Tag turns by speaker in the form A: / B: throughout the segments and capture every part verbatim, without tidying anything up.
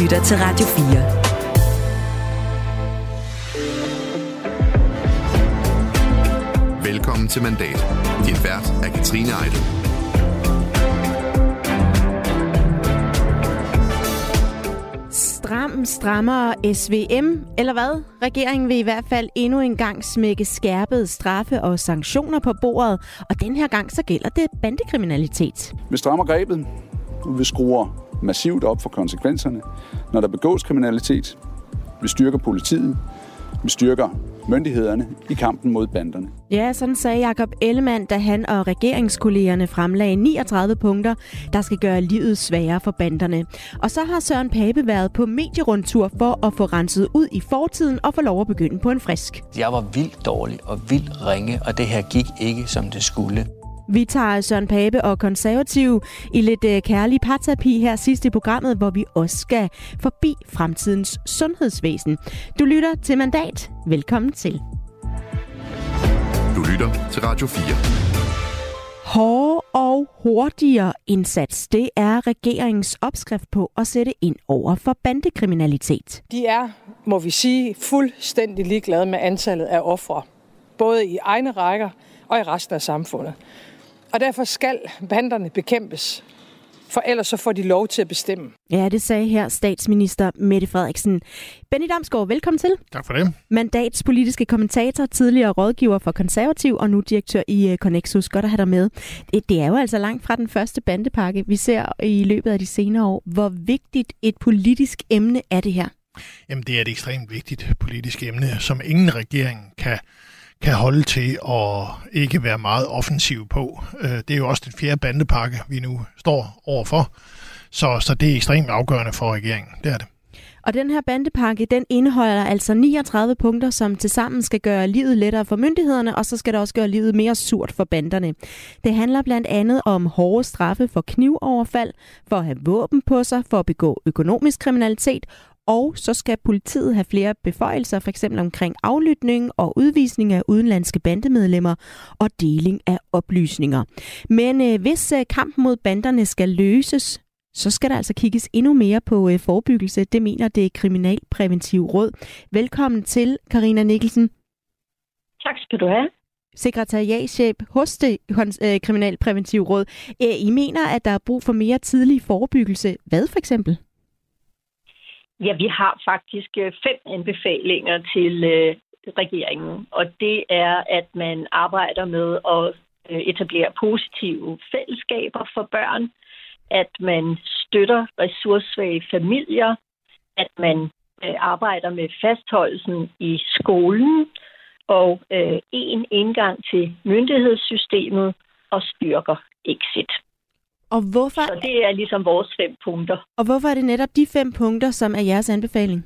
A: lytter til Radio fire.
B: Velkommen til Mandat. Din vært er Katrine Ejdel.
C: Stram, strammere S V M, eller hvad? Regeringen vil i hvert fald endnu en gang smække skærpede straffe og sanktioner på bordet, og den her gang så gælder det bandekriminalitet.
D: Vi strammer grebet, vi skruer massivt op for konsekvenserne, når der begås kriminalitet. Vi styrker politiet, vi styrker myndighederne i kampen mod banderne.
C: Ja, sådan sagde Jakob Ellemann, da han og regeringskollegerne fremlagde niogtredive punkter, der skal gøre livet sværere for banderne. Og så har Søren Pape været på medierundtur for at få renset ud i fortiden og få lov at begynde på en frisk.
E: Jeg var vildt dårlig og vildt ringe, og det her gik ikke, som det skulle.
C: Vi tager Søren Pape og Konservative i lidt øh, kærlig parterapi her sidst i programmet, hvor vi også skal forbi fremtidens sundhedsvæsen. Du lytter til Mandat. Velkommen til.
B: Du lytter til Radio fire.
C: Hårde og hurtigere indsats, det er regeringens opskrift på at sætte ind over for bandekriminalitet.
F: De er, må vi sige, fuldstændig ligeglade med antallet af ofre, både i egne rækker og i resten af samfundet. Og derfor skal banderne bekæmpes, for ellers så får de lov til at bestemme.
C: Ja, det sagde her statsminister Mette Frederiksen. Benny Damsgaard, velkommen til.
G: Tak for det.
C: Mandats politiske kommentator, tidligere rådgiver for Konservativ og nu direktør i Connexus. Godt at have dig med. Det, det er jo altså langt fra den første bandepakke, vi ser i løbet af de senere år. Hvor vigtigt et politisk emne er det her?
G: Jamen, det er et ekstremt vigtigt politisk emne, som ingen regering kan kan holde til at ikke være meget offensiv på. Det er jo også den fjerde bandepakke, vi nu står overfor. Så, så det er ekstremt afgørende for regeringen. Det er det.
C: Og den her bandepakke, den indeholder altså niogtredive punkter, som tilsammen skal gøre livet lettere for myndighederne, og så skal det også gøre livet mere surt for banderne. Det handler blandt andet om hårde straffe for knivoverfald, for at have våben på sig, for at begå økonomisk kriminalitet, og så skal politiet have flere beføjelser, f.eks. omkring aflytning og udvisning af udenlandske bandemedlemmer og deling af oplysninger. Men øh, hvis øh, kampen mod banderne skal løses, så skal der altså kigges endnu mere på øh, forebyggelse. Det mener det Kriminalpræventive Råd. Velkommen til, Karina Nikkelsen.
H: Tak skal du have.
C: Sekretariatschef hos det øh, Kriminalpræventive Råd. Øh, I mener, at der er brug for mere tidlig forebyggelse. Hvad for eksempel?
H: Ja, vi har faktisk fem anbefalinger til øh, regeringen, og det er, at man arbejder med at øh, etablere positive fællesskaber for børn, at man støtter ressourcesvage familier, at man øh, arbejder med fastholdelsen i skolen, og øh, en indgang til myndighedssystemet og styrker exit.
C: Og hvorfor...
H: Så det er ligesom vores fem punkter.
C: Og hvorfor er det netop de fem punkter, som er jeres anbefaling?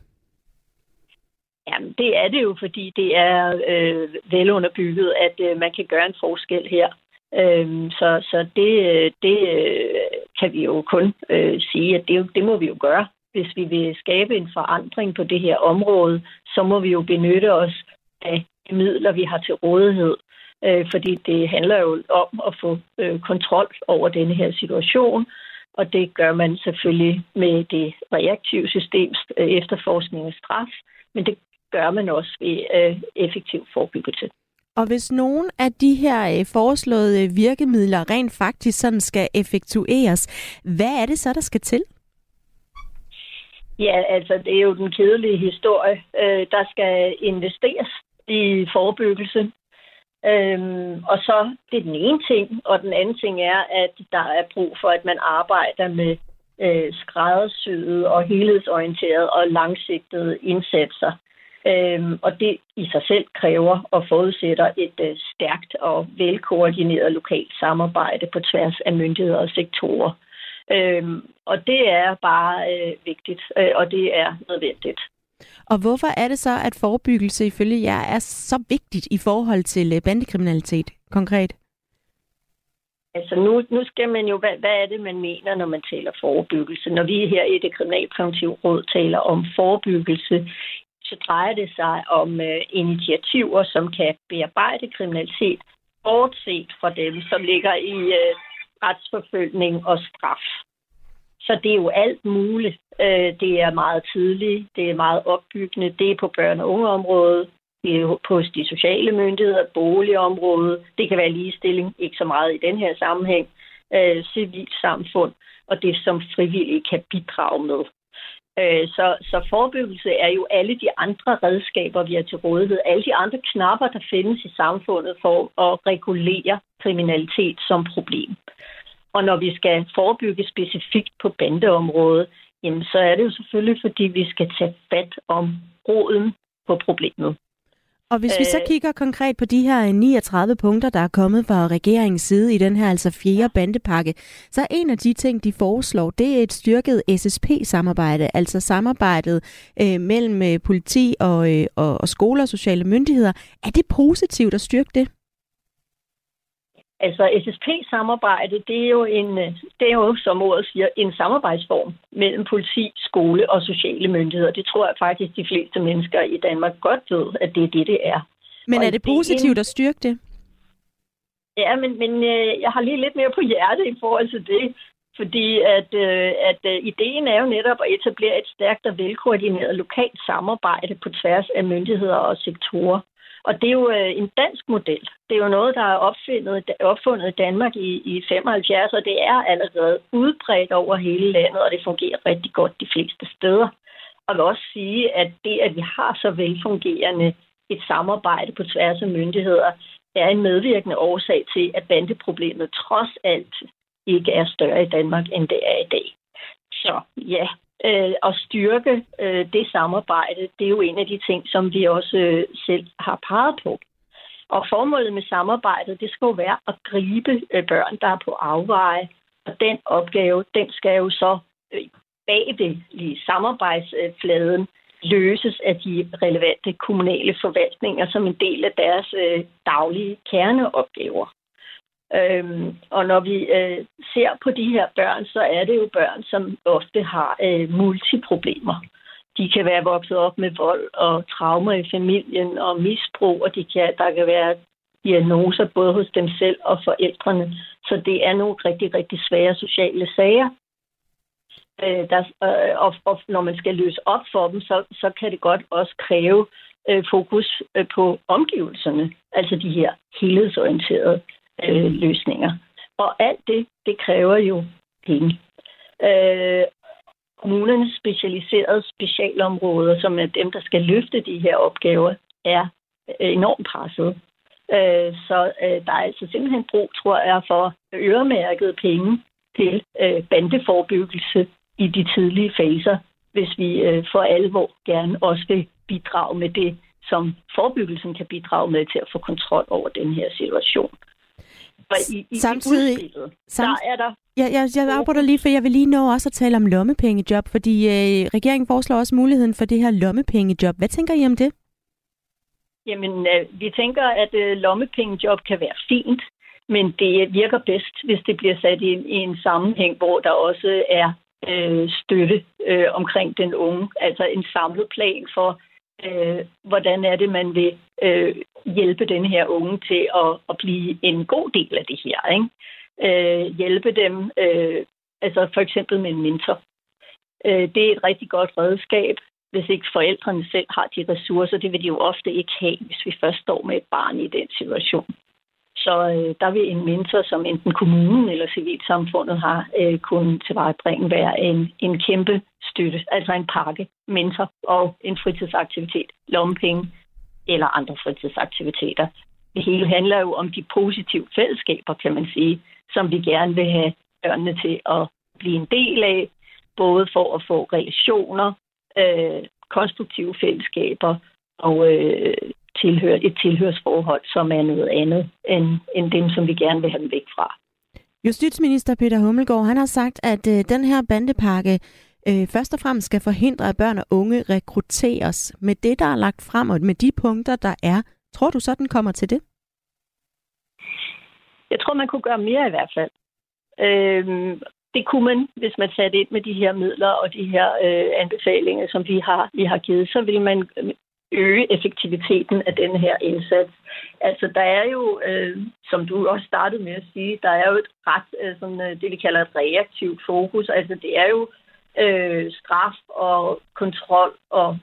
H: Jamen, det er det jo, fordi det er øh, velunderbygget, at øh, man kan gøre en forskel her. Øh, så så det, det øh, kan vi jo kun øh, sige, at det, det må vi jo gøre. Hvis vi vil skabe en forandring på det her område, så må vi jo benytte os af de midler, vi har til rådighed. Fordi det handler jo om at få øh, kontrol over denne her situation, og det gør man selvfølgelig med det reaktive systems øh, efterforskning og straf, men det gør man også ved øh, effektiv forebyggelse.
C: Og hvis nogen af de her øh, foreslåede virkemidler rent faktisk sådan skal effektueres, hvad er det så, der skal til?
H: Ja, altså det er jo den kedelige historie. Øh, der skal investeres i forebyggelse. Øhm, og så det er den ene ting, og den anden ting er, at der er brug for, at man arbejder med øh, skræddersyede og helhedsorienterede og langsigtede indsatser. Øhm, og det i sig selv kræver og forudsætter et øh, stærkt og velkoordineret lokalt samarbejde på tværs af myndigheder og sektorer. Øhm, og det er bare øh, vigtigt, øh, og det er nødvendigt.
C: Og hvorfor er det så, at forebyggelse ifølge jer er så vigtigt i forhold til bandekriminalitet konkret?
H: Altså nu, nu skal man jo, hvad, hvad er det, man mener, når man taler forebyggelse? Når vi her i det Kriminalpræventive Råd taler om forebyggelse, så drejer det sig om uh, initiativer, som kan bearbejde kriminalitet, bortset fra dem, som ligger i uh, retsforfølgning og straf. Så det er jo alt muligt. Det er meget tidligt, det er meget opbyggende, det er på børn- og ungeområdet, det er på de sociale myndigheder, boligområdet, det kan være ligestilling, ikke så meget i den her sammenhæng, civilt samfund, og det som frivillige kan bidrage med. Så, så forebyggelse er jo alle de andre redskaber, vi har til rådighed, alle de andre knapper, der findes i samfundet for at regulere kriminalitet som problem. Og når vi skal forebygge specifikt på bandeområdet, jamen så er det jo selvfølgelig, fordi vi skal tage fat om roden på problemet.
C: Og hvis vi så kigger konkret på de her niogtredive punkter, der er kommet fra regeringens side i den her altså fjerde bandepakke, så er en af de ting, de foreslår, det er et styrket S S P-samarbejde, altså samarbejdet øh, mellem øh, politi og, øh, og, og skoler og sociale myndigheder. Er det positivt at styrke det?
H: Altså S S P-samarbejde, det er jo en, det er jo, som ordet siger, en samarbejdsform mellem politi, skole og sociale myndigheder. Det tror jeg faktisk, de fleste mennesker i Danmark godt ved, at det er det, det er.
C: Men
H: og
C: er det positivt at styrke det?
H: Ja, men, men jeg har lige lidt mere på hjerte i forhold til det. Fordi at, at ideen er jo netop at etablere et stærkt og velkoordineret lokalt samarbejde på tværs af myndigheder og sektorer. Og det er jo en dansk model. Det er jo noget, der er opfundet, opfundet i Danmark i, i femoghalvfjerds, og det er allerede udbredt over hele landet, og det fungerer rigtig godt de fleste steder. Og jeg vil også sige, at det, at vi har så velfungerende et samarbejde på tværs af myndigheder, er en medvirkende årsag til, at bandeproblemet trods alt ikke er større i Danmark, end det er i dag. Så ja, øh, at styrke øh, det samarbejde, det er jo en af de ting, som vi også øh, selv har peget på. Og formålet med samarbejdet, det skal jo være at gribe øh, børn, der er på afveje. Og den opgave, den skal jo så øh, bagved i samarbejdsfladen løses af de relevante kommunale forvaltninger som en del af deres øh, daglige kerneopgaver. Øhm, og når vi øh, ser på de her børn, så er det jo børn, som ofte har øh, multiproblemer. De kan være vokset op med vold og traumer i familien og misbrug, og de kan, der kan være diagnoser både hos dem selv og forældrene. Så det er nogle rigtig, rigtig svære sociale sager. Øh, der, øh, og, og når man skal løse op for dem, så, så kan det godt også kræve øh, fokus øh, på omgivelserne, altså de her helhedsorienterede Øh, løsninger. Og alt det, det kræver jo penge. Øh, kommunernes specialiserede specialområder, som er dem, der skal løfte de her opgaver, er enormt presset. Øh, så øh, der er altså simpelthen brug, tror jeg, for øremærkede penge til øh, bandeforebyggelse i de tidlige faser, hvis vi øh, for alvor gerne også vil bidrage med det, som forebyggelsen kan bidrage med til at få kontrol over den her situation. I, i,
C: samtidig,
H: i samt... der er der...
C: Ja, jeg, jeg afbryder lige, for jeg vil lige nå også at tale om lommepengejob, fordi øh, regeringen foreslår også muligheden for det her lommepengejob. Hvad tænker I om det?
H: Jamen, øh, vi tænker, at øh, lommepengejob kan være fint, men det virker bedst, hvis det bliver sat i en, i en sammenhæng, hvor der også er øh, støtte øh, omkring den unge. Altså en samlet plan for, øh, hvordan er det, man vil øh, hjælpe den her unge til at, at blive en god del af det her, ikke? Øh, hjælpe dem, øh, altså for eksempel med en mentor. Øh, det er et rigtig godt redskab, hvis ikke forældrene selv har de ressourcer. Det vil de jo ofte ikke have, hvis vi først står med et barn i den situation. Så øh, der vil en mentor, som enten kommunen eller civilsamfundet har øh, kunnet tilvejebringe, være en, en kæmpe støtte, altså en pakke, mentor og en fritidsaktivitet, lommepenge eller andre fritidsaktiviteter. Det hele handler jo om de positive fællesskaber, kan man sige, som vi gerne vil have børnene til at blive en del af, både for at få relationer, øh, konstruktive fællesskaber og øh, tilhør, et tilhørsforhold, som er noget andet end, end dem, som vi gerne vil have dem væk fra.
C: Justitsminister Peter Hummelgaard, han har sagt, at øh, den her bandepakke øh, først og fremmest skal forhindre, at børn og unge rekrutteres. Med det, der er lagt frem, og med de punkter, der er, tror du så, den kommer til det?
H: Jeg tror, man kunne gøre mere i hvert fald. Øh, det kunne man, hvis man satte ind med de her midler og de her øh, anbefalinger, som vi har, vi har givet, så vil man øge effektiviteten af den her indsats. Altså, der er jo, øh, som du også startede med at sige, der er jo et ret, øh, sådan, det vi kalder et reaktivt fokus. Altså, det er jo øh, straf og kontrol og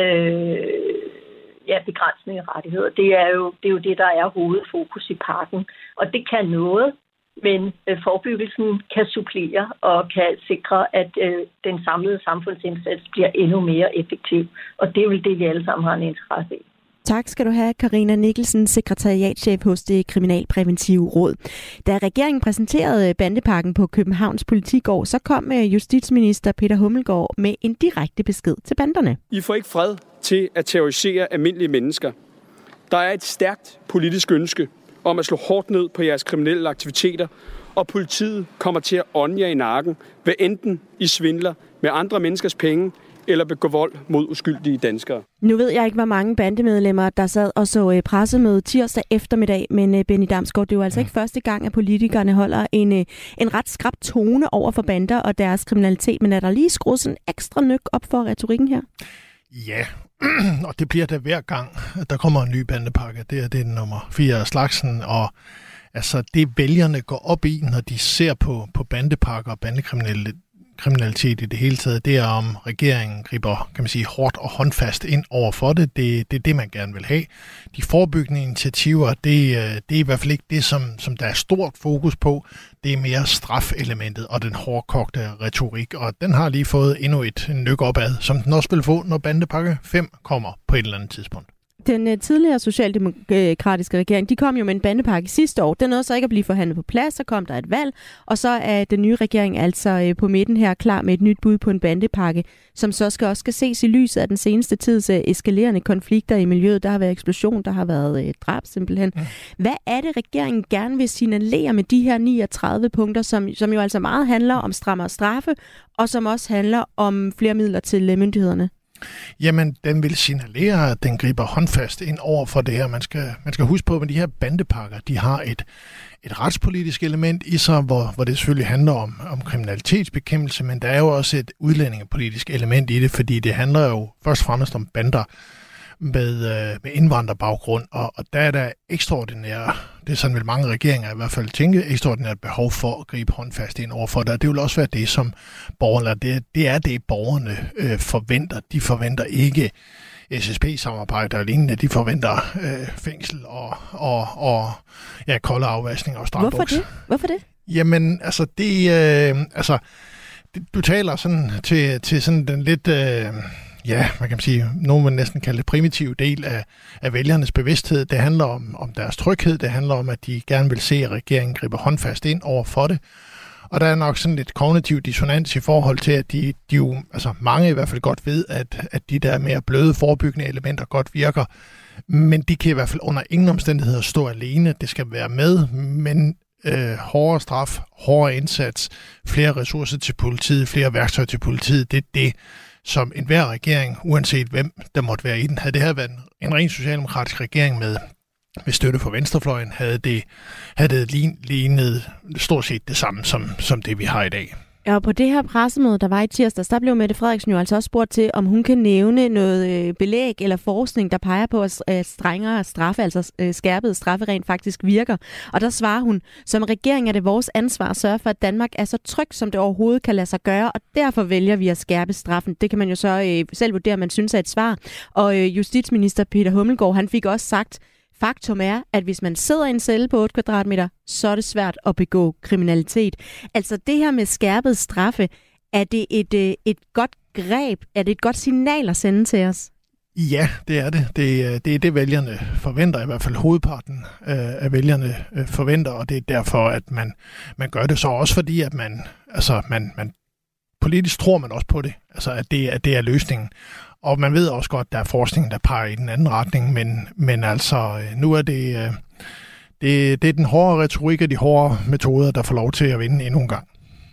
H: øh, ja, begrænsning af rettigheder. Det er, jo, det er jo det, der er hovedfokus i pakken. Og det kan noget, men øh, forebyggelsen kan supplere og kan sikre, at øh, den samlede samfundsindsats bliver endnu mere effektiv. Og det er jo det, vi alle sammen har en interesse i.
C: Tak skal du have, Karina Nikkelsen, sekretariatschef hos Det Kriminalpræventive Råd. Da regeringen præsenterede bandepakken på Københavns Politikår, så kom justitsminister Peter Hummelgaard med en direkte besked til banderne.
A: I får ikke fred til at terrorisere almindelige mennesker. Der er et stærkt politisk ønske om at slå hårdt ned på jeres kriminelle aktiviteter, og politiet kommer til at ånde jer i nakken, hvad enten I svindler med andre menneskers penge, eller begå vold mod uskyldige danskere.
C: Nu ved jeg ikke, hvor mange bandemedlemmer, der sad og så pressemøde tirsdag eftermiddag, men Benny Damsgaard, det er jo altså ikke første gang, at politikerne holder en, en ret skrap tone over for bander og deres kriminalitet, men er der lige skruet sådan ekstra nyk op for retorikken her?
G: Ja, og det bliver det hver gang, der kommer en ny bandepakke. Det er det nummer fire af slagsen, og altså det vælgerne går op i, når de ser på, på bandepakker og bandekriminalitet, kriminalitet i det hele taget, det er om regeringen griber, kan man sige, hårdt og håndfast ind over for det. Det, det er det, man gerne vil have. De forebyggende initiativer, det, det er i hvert fald ikke det, som, som der er stort fokus på. Det er mere strafelementet og den hårdkogte retorik, og den har lige fået endnu et nyk opad, som den også vil få, når bandepakke fem kommer på et eller andet tidspunkt.
C: Den tidligere socialdemokratiske regering, de kom jo med en bandepakke sidste år. Den nåede så ikke at blive forhandlet på plads, så kom der et valg, og så er den nye regering altså på midten her klar med et nyt bud på en bandepakke, som så skal også skal ses i lyset af den seneste tids eskalerende konflikter i miljøet. Der har været eksplosion, der har været drab simpelthen. Ja. Hvad er det, regeringen gerne vil signalere med de her niogtredive punkter, som, som jo altså meget handler om strammere straffe, og som også handler om flere midler til myndighederne?
G: Jamen, den vil signalere, at den griber håndfast ind over for det her. Man skal, man skal huske på, at de her bandepakker, de har et, et retspolitisk element i sig, hvor, hvor det selvfølgelig handler om, om kriminalitetsbekæmpelse, men der er jo også et udlændingepolitisk element i det, fordi det handler jo først og fremmest om bander med, øh, med indvandrerbaggrund, og, og der er der ekstraordinære, det er sådan vel mange regeringer i hvert fald tænke, ekstraordinært behov for at gribe håndfast ind over for det. Det vil også være det, som borgerne, det, det er det, borgerne øh, forventer. De forventer ikke S S P-samarbejde og lignende, de forventer øh, fængsel og, og, og ja, kolde afvaskning og strafbuks.
C: Hvorfor det? Hvorfor det?
G: Jamen, altså, det, øh, altså, det, du taler sådan til, til sådan den lidt... Øh, Ja, man kan sige, nogen vil næsten kalde det primitiv del af, af vælgernes bevidsthed. Det handler om, om deres tryghed, det handler om, at de gerne vil se, at regeringen griber håndfast ind over for det. Og der er nok sådan lidt kognitiv dissonans i forhold til, at de, de jo, altså mange i hvert fald godt ved, at, at de der mere bløde forebyggende elementer godt virker. Men de kan i hvert fald under ingen omstændigheder stå alene. Det skal være med, men øh, hårdere straf, hårdere indsats, flere ressourcer til politiet, flere værktøjer til politiet, det er det, som enhver regering, uanset hvem der måtte være i den, havde det her været en, en ren socialdemokratisk regering med, med støtte fra venstrefløjen, havde det, havde det lignet stort set det samme som, som det, vi har i dag.
C: Ja, og på det her pressemøde, der var i tirsdags, der blev Mette Frederiksen jo altså også spurgt til, om hun kan nævne noget belæg eller forskning, der peger på, at strengere straffe, altså skærpede straffe, rent faktisk virker. Og der svarer hun, som regering er det vores ansvar at sørge for, at Danmark er så tryg, som det overhovedet kan lade sig gøre, og derfor vælger vi at skærpe straffen. Det kan man jo så øh, selv vurdere, man synes er et svar. Og øh, justitsminister Peter Hummelgaard, han fik også sagt, faktum er, at hvis man sidder i en celle på otte kvadratmeter, så er det svært at begå kriminalitet. Altså det her med skærpet straffe, er det et, et godt greb? Er det et godt signal at sende til os?
G: Ja, det er det. Det, det er det, vælgerne forventer, i hvert fald hovedparten af vælgerne forventer, og det er derfor, at man, man gør det så også, fordi at man, altså man, man politisk tror man også på det, altså at det, at det er løsningen. Og man ved også godt, at der er forskning, der peger i den anden retning, men, men altså nu er det, det, det er den hårde retorik og de hårde metoder, der får lov til at vinde endnu en gang.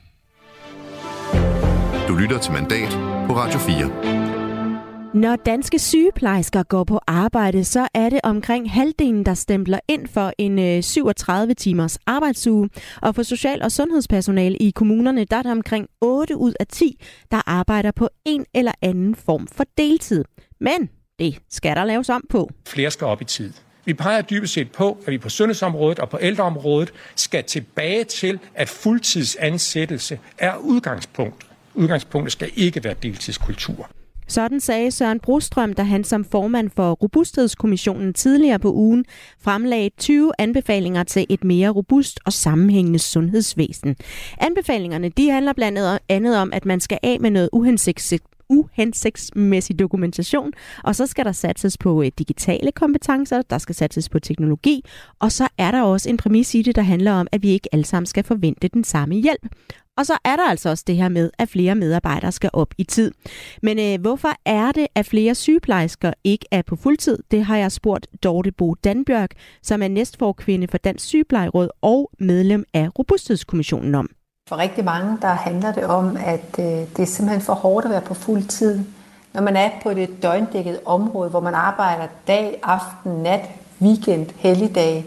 B: Du lytter til Mandat på Radio fire.
C: Når danske sygeplejersker går på arbejde, så er det omkring halvdelen, der stempler ind for en syvogtredive timers arbejdsuge. Og for social- og sundhedspersonale i kommunerne, der er der omkring otte ud af ti, der arbejder på en eller anden form for deltid. Men Det skal der laves om på.
I: Flere skal op i tid. Vi peger dybest set på, at vi på sundhedsområdet og på ældreområdet skal tilbage til, at fuldtidsansættelse er udgangspunkt. Udgangspunktet skal ikke være deltidskultur.
C: Sådan sagde Søren Brostrøm, da han som formand for Robusthedskommissionen tidligere på ugen fremlagde tyve anbefalinger til et mere robust og sammenhængende sundhedsvæsen. Anbefalingerne de handler blandt andet om, at man skal af med noget uhensigtsmæssigt uhensigtsmæssig dokumentation, og så skal der satses på digitale kompetencer, der skal satses på teknologi, og så er der også en præmis i det, der handler om, at vi ikke alle sammen skal forvente den samme hjælp. Og så er der altså også det her med, at flere medarbejdere skal op i tid. Men øh, hvorfor er det, at flere sygeplejersker ikke er på fuldtid? Det har jeg spurgt Dorte Bo Danbjørk, som er næstforkvinde for Dansk Sygeplejeråd og medlem af Robusthedskommissionen om.
J: For rigtig mange, der handler det om, at øh, det er simpelthen for hårdt at være på fuld tid. Når man er på det døgndækkede område, hvor man arbejder dag, aften, nat, weekend, helligdag,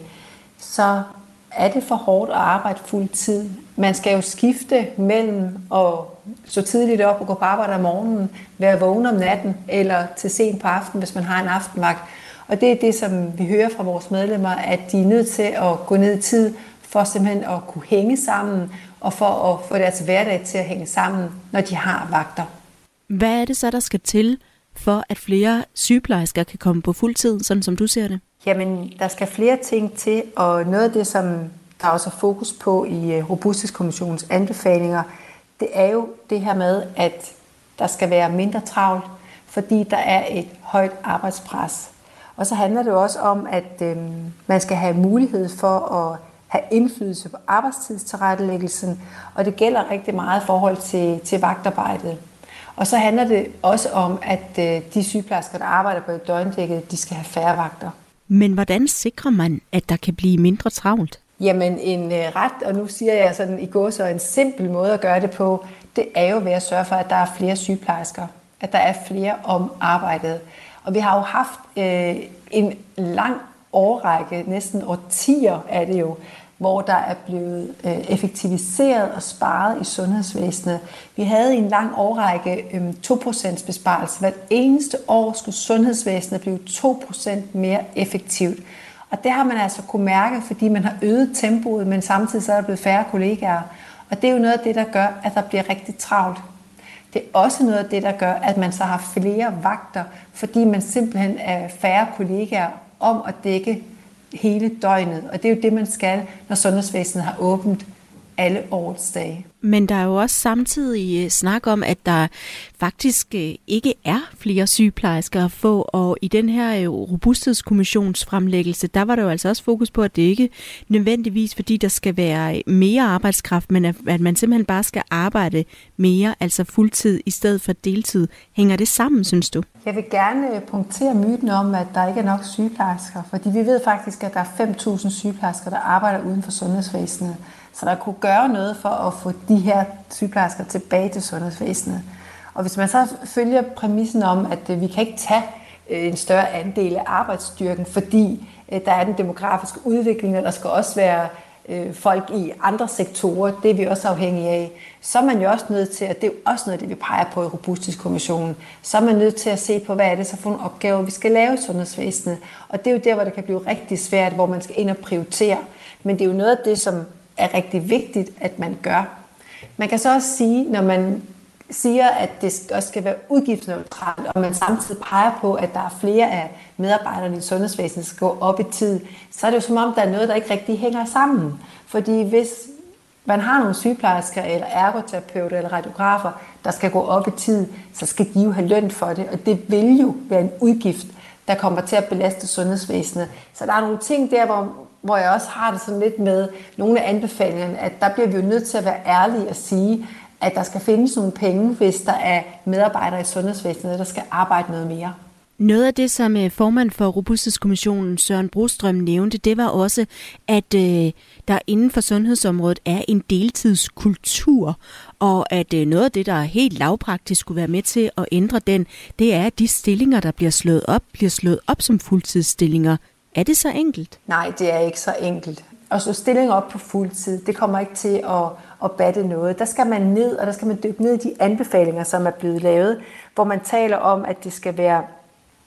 J: så er det for hårdt at arbejde fuld tid. Man skal jo skifte mellem at stå tidligt op og gå på arbejde om morgenen, være vågen om natten eller til sent på aftenen, hvis man har en aftenvagt. Og det er det, som vi hører fra vores medlemmer, at de er nødt til at gå ned i tid for simpelthen at kunne hænge sammen og for at få deres hverdag til at hænge sammen, når de har vagter. Hvad er det så, der skal til, for at flere sygeplejersker kan komme på fuld tid, sådan som du ser det? Jamen, der skal flere ting til, og noget af det, som der også er fokus på i Robusthedskommissionens anbefalinger, det er jo det her med, at der skal være mindre travlt, fordi der er et højt arbejdspres. Og så handler det også om, at øh, man skal have mulighed for at have indflydelse på arbejdstidstilrettelæggelsen, og det gælder rigtig meget i forhold til, til vagtarbejdet. Og så handler det også om, at øh, de sygeplejersker, der arbejder på et døgndækket, de skal have færre vagter. Men hvordan sikrer man, at der kan blive mindre travlt? Jamen en øh, ret, og nu siger jeg sådan i går så en simpel måde at gøre det på, det er jo ved at sørge for, at der er flere sygeplejersker, at der er flere om arbejdet. Og vi har jo haft øh, en lang årrække, næsten årtier er det jo, hvor der er blevet øh, effektiviseret og sparet i sundhedsvæsenet. Vi havde i en lang årrække øh, to procent besparelse. Hvert eneste år skulle sundhedsvæsenet blive to procent mere effektivt. Og det har man altså kunne mærke, fordi man har øget tempoet, men samtidig så er der blevet færre kollegaer. Og det er jo noget af det, der gør, at der bliver rigtig travlt. Det er også noget af det, der gør, at man så har flere vagter, fordi man simpelthen er færre kollegaer om at dække hele døgnet. Og det er jo det, man skal, når sundhedsvæsenet har åbent alle årets dage. Men der er jo også samtidig snak om, at der faktisk ikke er flere sygeplejersker at få, og i den her Robusthedskommissions fremlæggelse, der var der jo altså også fokus på, at det ikke nødvendigvis, fordi der skal være mere arbejdskraft, men at man simpelthen bare skal arbejde mere, altså fuldtid i stedet for deltid. Hænger det sammen, synes du? Jeg vil gerne punktere myten om, at der ikke er nok sygeplejersker, fordi vi ved faktisk, at der er fem tusind sygeplejersker, der arbejder uden for sundhedsvæsenet. Så der kunne gøre noget for at få de her sygeplejersker tilbage til sundhedsvæsenet. Og hvis man så følger præmissen om, at vi kan ikke tage en større andel af arbejdsstyrken, fordi der er den demografiske udvikling, og der skal også være folk i andre sektorer, det er vi også afhængige af, så er man jo også nødt til, og det er jo også noget, det vi peger på i Robusthedskommissionen, så er man nødt til at se på, hvad er det så for nogle opgaver, vi skal lave i sundhedsvæsenet. Og det er jo der, hvor det kan blive rigtig svært, hvor man skal ind og prioritere. Men det er jo noget af det, som er rigtig vigtigt, at man gør. Man kan så også sige, når man siger, at det også skal være udgiftsneutralt, og man samtidig peger på, at der er flere af medarbejderne i sundhedsvæsenet, der skal gå op i tid, så er det jo som om, der er noget, der ikke rigtig hænger sammen. Fordi hvis man har nogle sygeplejersker, eller ergoterapeuter, eller radiografer, der skal gå op i tid, så skal de jo have løn for det, og det vil jo være en udgift, der kommer til at belaste sundhedsvæsenet. Så der er nogle ting der, hvor hvor jeg også har det sådan lidt med nogle af anbefalingerne, at der bliver vi jo nødt til at være ærlige og sige, at der skal findes nogle penge, hvis der er medarbejdere i sundhedsvæsenet, der skal arbejde noget mere. Noget af det, som formand for Robusthedskommissionen Søren Brostrøm nævnte, det var også, at øh, der inden for sundhedsområdet er en deltidskultur, og at øh, noget af det, der helt lavpraktisk skulle være med til at ændre den, det er, at de stillinger, der bliver slået op, bliver slået op som fuldtidsstillinger. Er det så enkelt? Nej, det er ikke så enkelt. Og så stilling op på fuldtid, det kommer ikke til at, at batte noget. Der skal man ned, og der skal man dykke ned i de anbefalinger, som er blevet lavet, hvor man taler om, at det skal være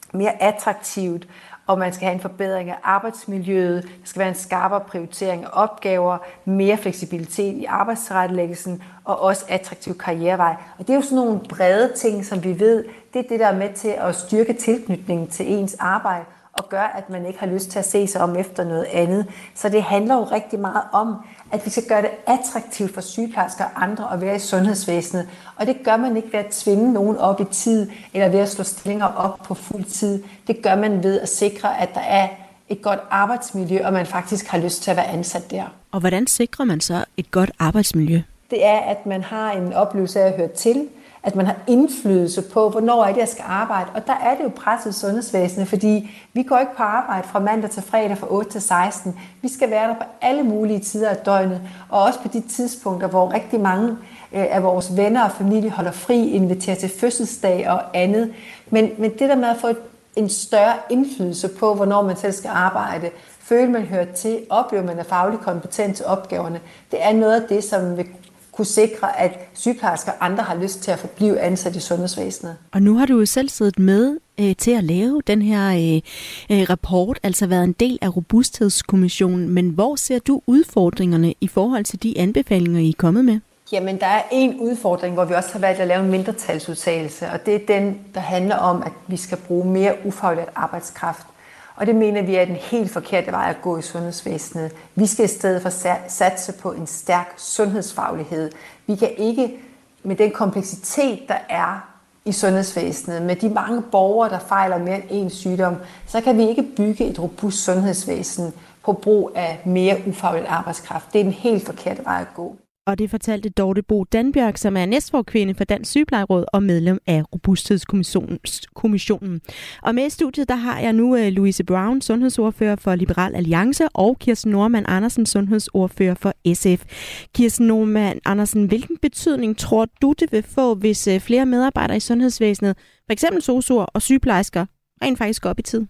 J: mere attraktivt, og man skal have en forbedring af arbejdsmiljøet, der skal være en skarpere prioritering af opgaver, mere fleksibilitet i arbejdstilrettelæggelsen og også attraktiv karrierevej. Og det er jo sådan nogle brede ting, som vi ved, det er det, der er med til at styrke tilknytningen til ens arbejde og gør, at man ikke har lyst til at se sig om efter noget andet. Så det handler jo rigtig meget om, at vi skal gøre det attraktivt for sygeplejersker og andre at være i sundhedsvæsenet. Og det gør man ikke ved at tvinge nogen op i tid, eller ved at slå stillinger op på fuld tid. Det gør man ved at sikre, at der er et godt arbejdsmiljø, og man faktisk har lyst til at være ansat der.
C: Og hvordan sikrer man så et godt arbejdsmiljø?
J: Det er, at man har en oplevelse af at høre til, at man har indflydelse på, hvornår er det, jeg skal arbejde. Og der er det jo presset sundhedsvæsenet, fordi vi går ikke på arbejde fra mandag til fredag fra otte til seksten. Vi skal være der på alle mulige tider af døgnet, og også på de tidspunkter, hvor rigtig mange af vores venner og familie holder fri, inviterer til fødselsdag og andet. Men, men det der med at få en større indflydelse på, hvornår man selv skal arbejde, føle man hører til, oplever man er fagligt kompetent til opgaverne, det er noget af det, som vil kunne sikre, at sygeplejersker og andre har lyst til at forblive ansat i sundhedsvæsenet.
C: Og nu har du jo selv siddet med øh, til at lave den her øh, øh, rapport, altså været en del af Robusthedskommissionen. Men hvor ser du udfordringerne i forhold til de anbefalinger, I er kommet med?
J: Jamen, der er en udfordring, hvor vi også har valgt at lave en mindretalsudtalelse, og det er den, der handler om, at vi skal bruge mere ufaglært arbejdskraft. Og det mener vi er den helt forkerte vej at gå i sundhedsvæsenet. Vi skal i stedet for satse på en stærk sundhedsfaglighed. Vi kan ikke med den kompleksitet, der er i sundhedsvæsenet, med de mange borgere, der fejler mere end én sygdom, så kan vi ikke bygge et robust sundhedsvæsen på brug af mere ufaglært arbejdskraft. Det er den helt forkerte vej at gå.
C: Og det fortalte Dorte Bo Danbjørg, som er næstforkvinde for Dansk Sygeplejeråd og medlem af Robusthedskommissionen. Og med i studiet, der har jeg nu Louise Brown, sundhedsordfører for Liberal Alliance, og Kirsten Normann Andersen, sundhedsordfører for S F. Kirsten Normann Andersen, hvilken betydning tror du, det vil få, hvis flere medarbejdere i sundhedsvæsenet, f.eks. sosuer og sygeplejersker, rent faktisk går op i tid?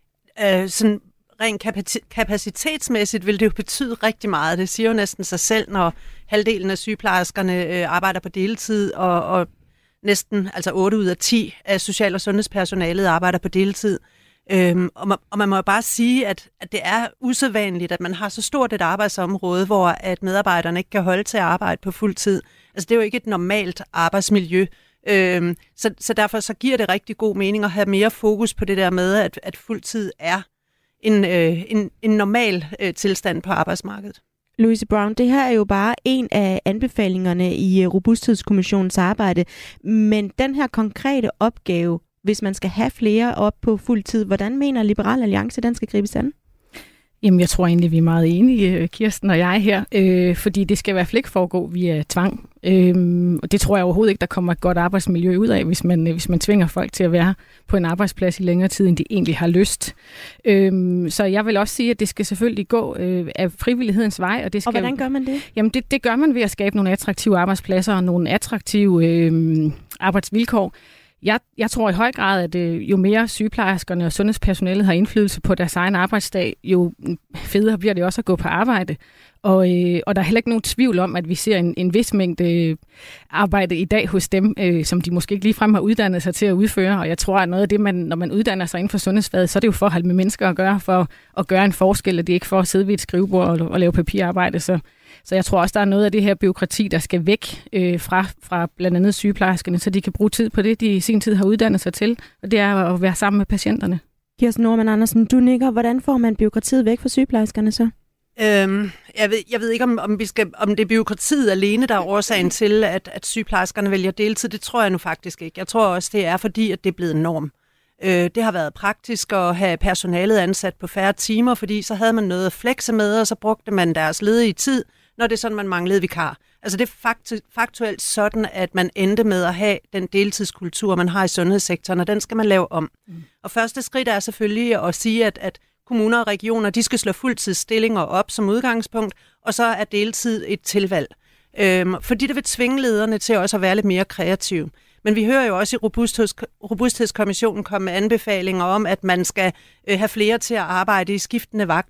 K: Øh, sådan rent kapacitetsmæssigt vil det jo betyde rigtig meget. Det siger jo næsten sig selv, når halvdelen af sygeplejerskerne øh, arbejder på deltid, og, og næsten altså otte ud af ti af social- og sundhedspersonalet arbejder på deltid. Øhm, og, man, og man må jo bare sige, at, at det er usædvanligt, at man har så stort et arbejdsområde, hvor at medarbejderne ikke kan holde til at arbejde på fuld tid. Altså det er jo ikke et normalt arbejdsmiljø. Øhm, så, så derfor så giver det rigtig god mening at have mere fokus på det der med, at, at fuldtid er en, øh, en, en normal øh, tilstand på arbejdsmarkedet.
C: Louise Brown, det her er jo bare en af anbefalingerne i Robusthedskommissionens arbejde, men den her konkrete opgave, hvis man skal have flere op på fuld tid, hvordan mener Liberal Alliance, den skal gribes an?
L: Jamen, jeg tror egentlig, vi er meget enige, Kirsten og jeg her, øh, fordi det skal i hvert fald ikke foregå via tvang. Øh, og det tror jeg overhovedet ikke, der kommer et godt arbejdsmiljø ud af, hvis man, hvis man tvinger folk til at være på en arbejdsplads i længere tid, end de egentlig har lyst. Øh, så jeg vil også sige, at det skal selvfølgelig gå øh, af frivillighedens vej. Og, det skal,
C: og hvordan gør man det?
L: Jamen, det, det gør man ved at skabe nogle attraktive arbejdspladser og nogle attraktive øh, arbejdsvilkår. Jeg, jeg tror i høj grad, at øh, jo mere sygeplejerskerne og sundhedspersonalet har indflydelse på deres egen arbejdsdag, jo federe bliver det også at gå på arbejde. Og, øh, og der er heller ikke nogen tvivl om, at vi ser en, en vis mængde øh, arbejde i dag hos dem, øh, som de måske ikke ligefrem har uddannet sig til at udføre. Og jeg tror, at noget af det, man, når man uddanner sig inden for sundhedsfaget, så er det jo for at have med mennesker at gøre, for at gøre en forskel, og det er ikke for at sidde ved et skrivebord og, og lave papirarbejde. Så, så jeg tror også, der er noget af det her byråkrati, der skal væk øh, fra, fra blandt andet sygeplejerskerne, så de kan bruge tid på det, de i sin tid har uddannet sig til, og det er at være sammen med patienterne.
C: Kirsten Normann Andersen, du nikker. Hvordan får man byråkratiet væk fra sygeplejerskerne så?
K: Øhm, jeg, ved, jeg ved ikke, om, om, vi skal, om det er byråkratiet alene, der er årsagen til, at, at sygeplejerskerne vælger deltid. Det tror jeg nu faktisk ikke. Jeg tror også, det er fordi, at det er blevet en norm. Øh, det har været praktisk at have personalet ansat på færre timer, fordi så havde man noget at flexe med, og så brugte man deres ledige tid, når det er sådan, man manglede vikar. Altså det er faktu- faktuelt sådan, at man endte med at have den deltidskultur, man har i sundhedssektoren, og den skal man lave om. Mm. Og første skridt er selvfølgelig at sige, at, at kommuner og regioner, de skal slå fuldtidsstillinger op som udgangspunkt, og så er deltid et tilvalg. Øhm, fordi det vil tvinge lederne til også at være lidt mere kreative. Men vi hører jo også i Robustheds, Robusthedskommissionen komme med anbefalinger om, at man skal øh, have flere til at arbejde i skiftende vagter.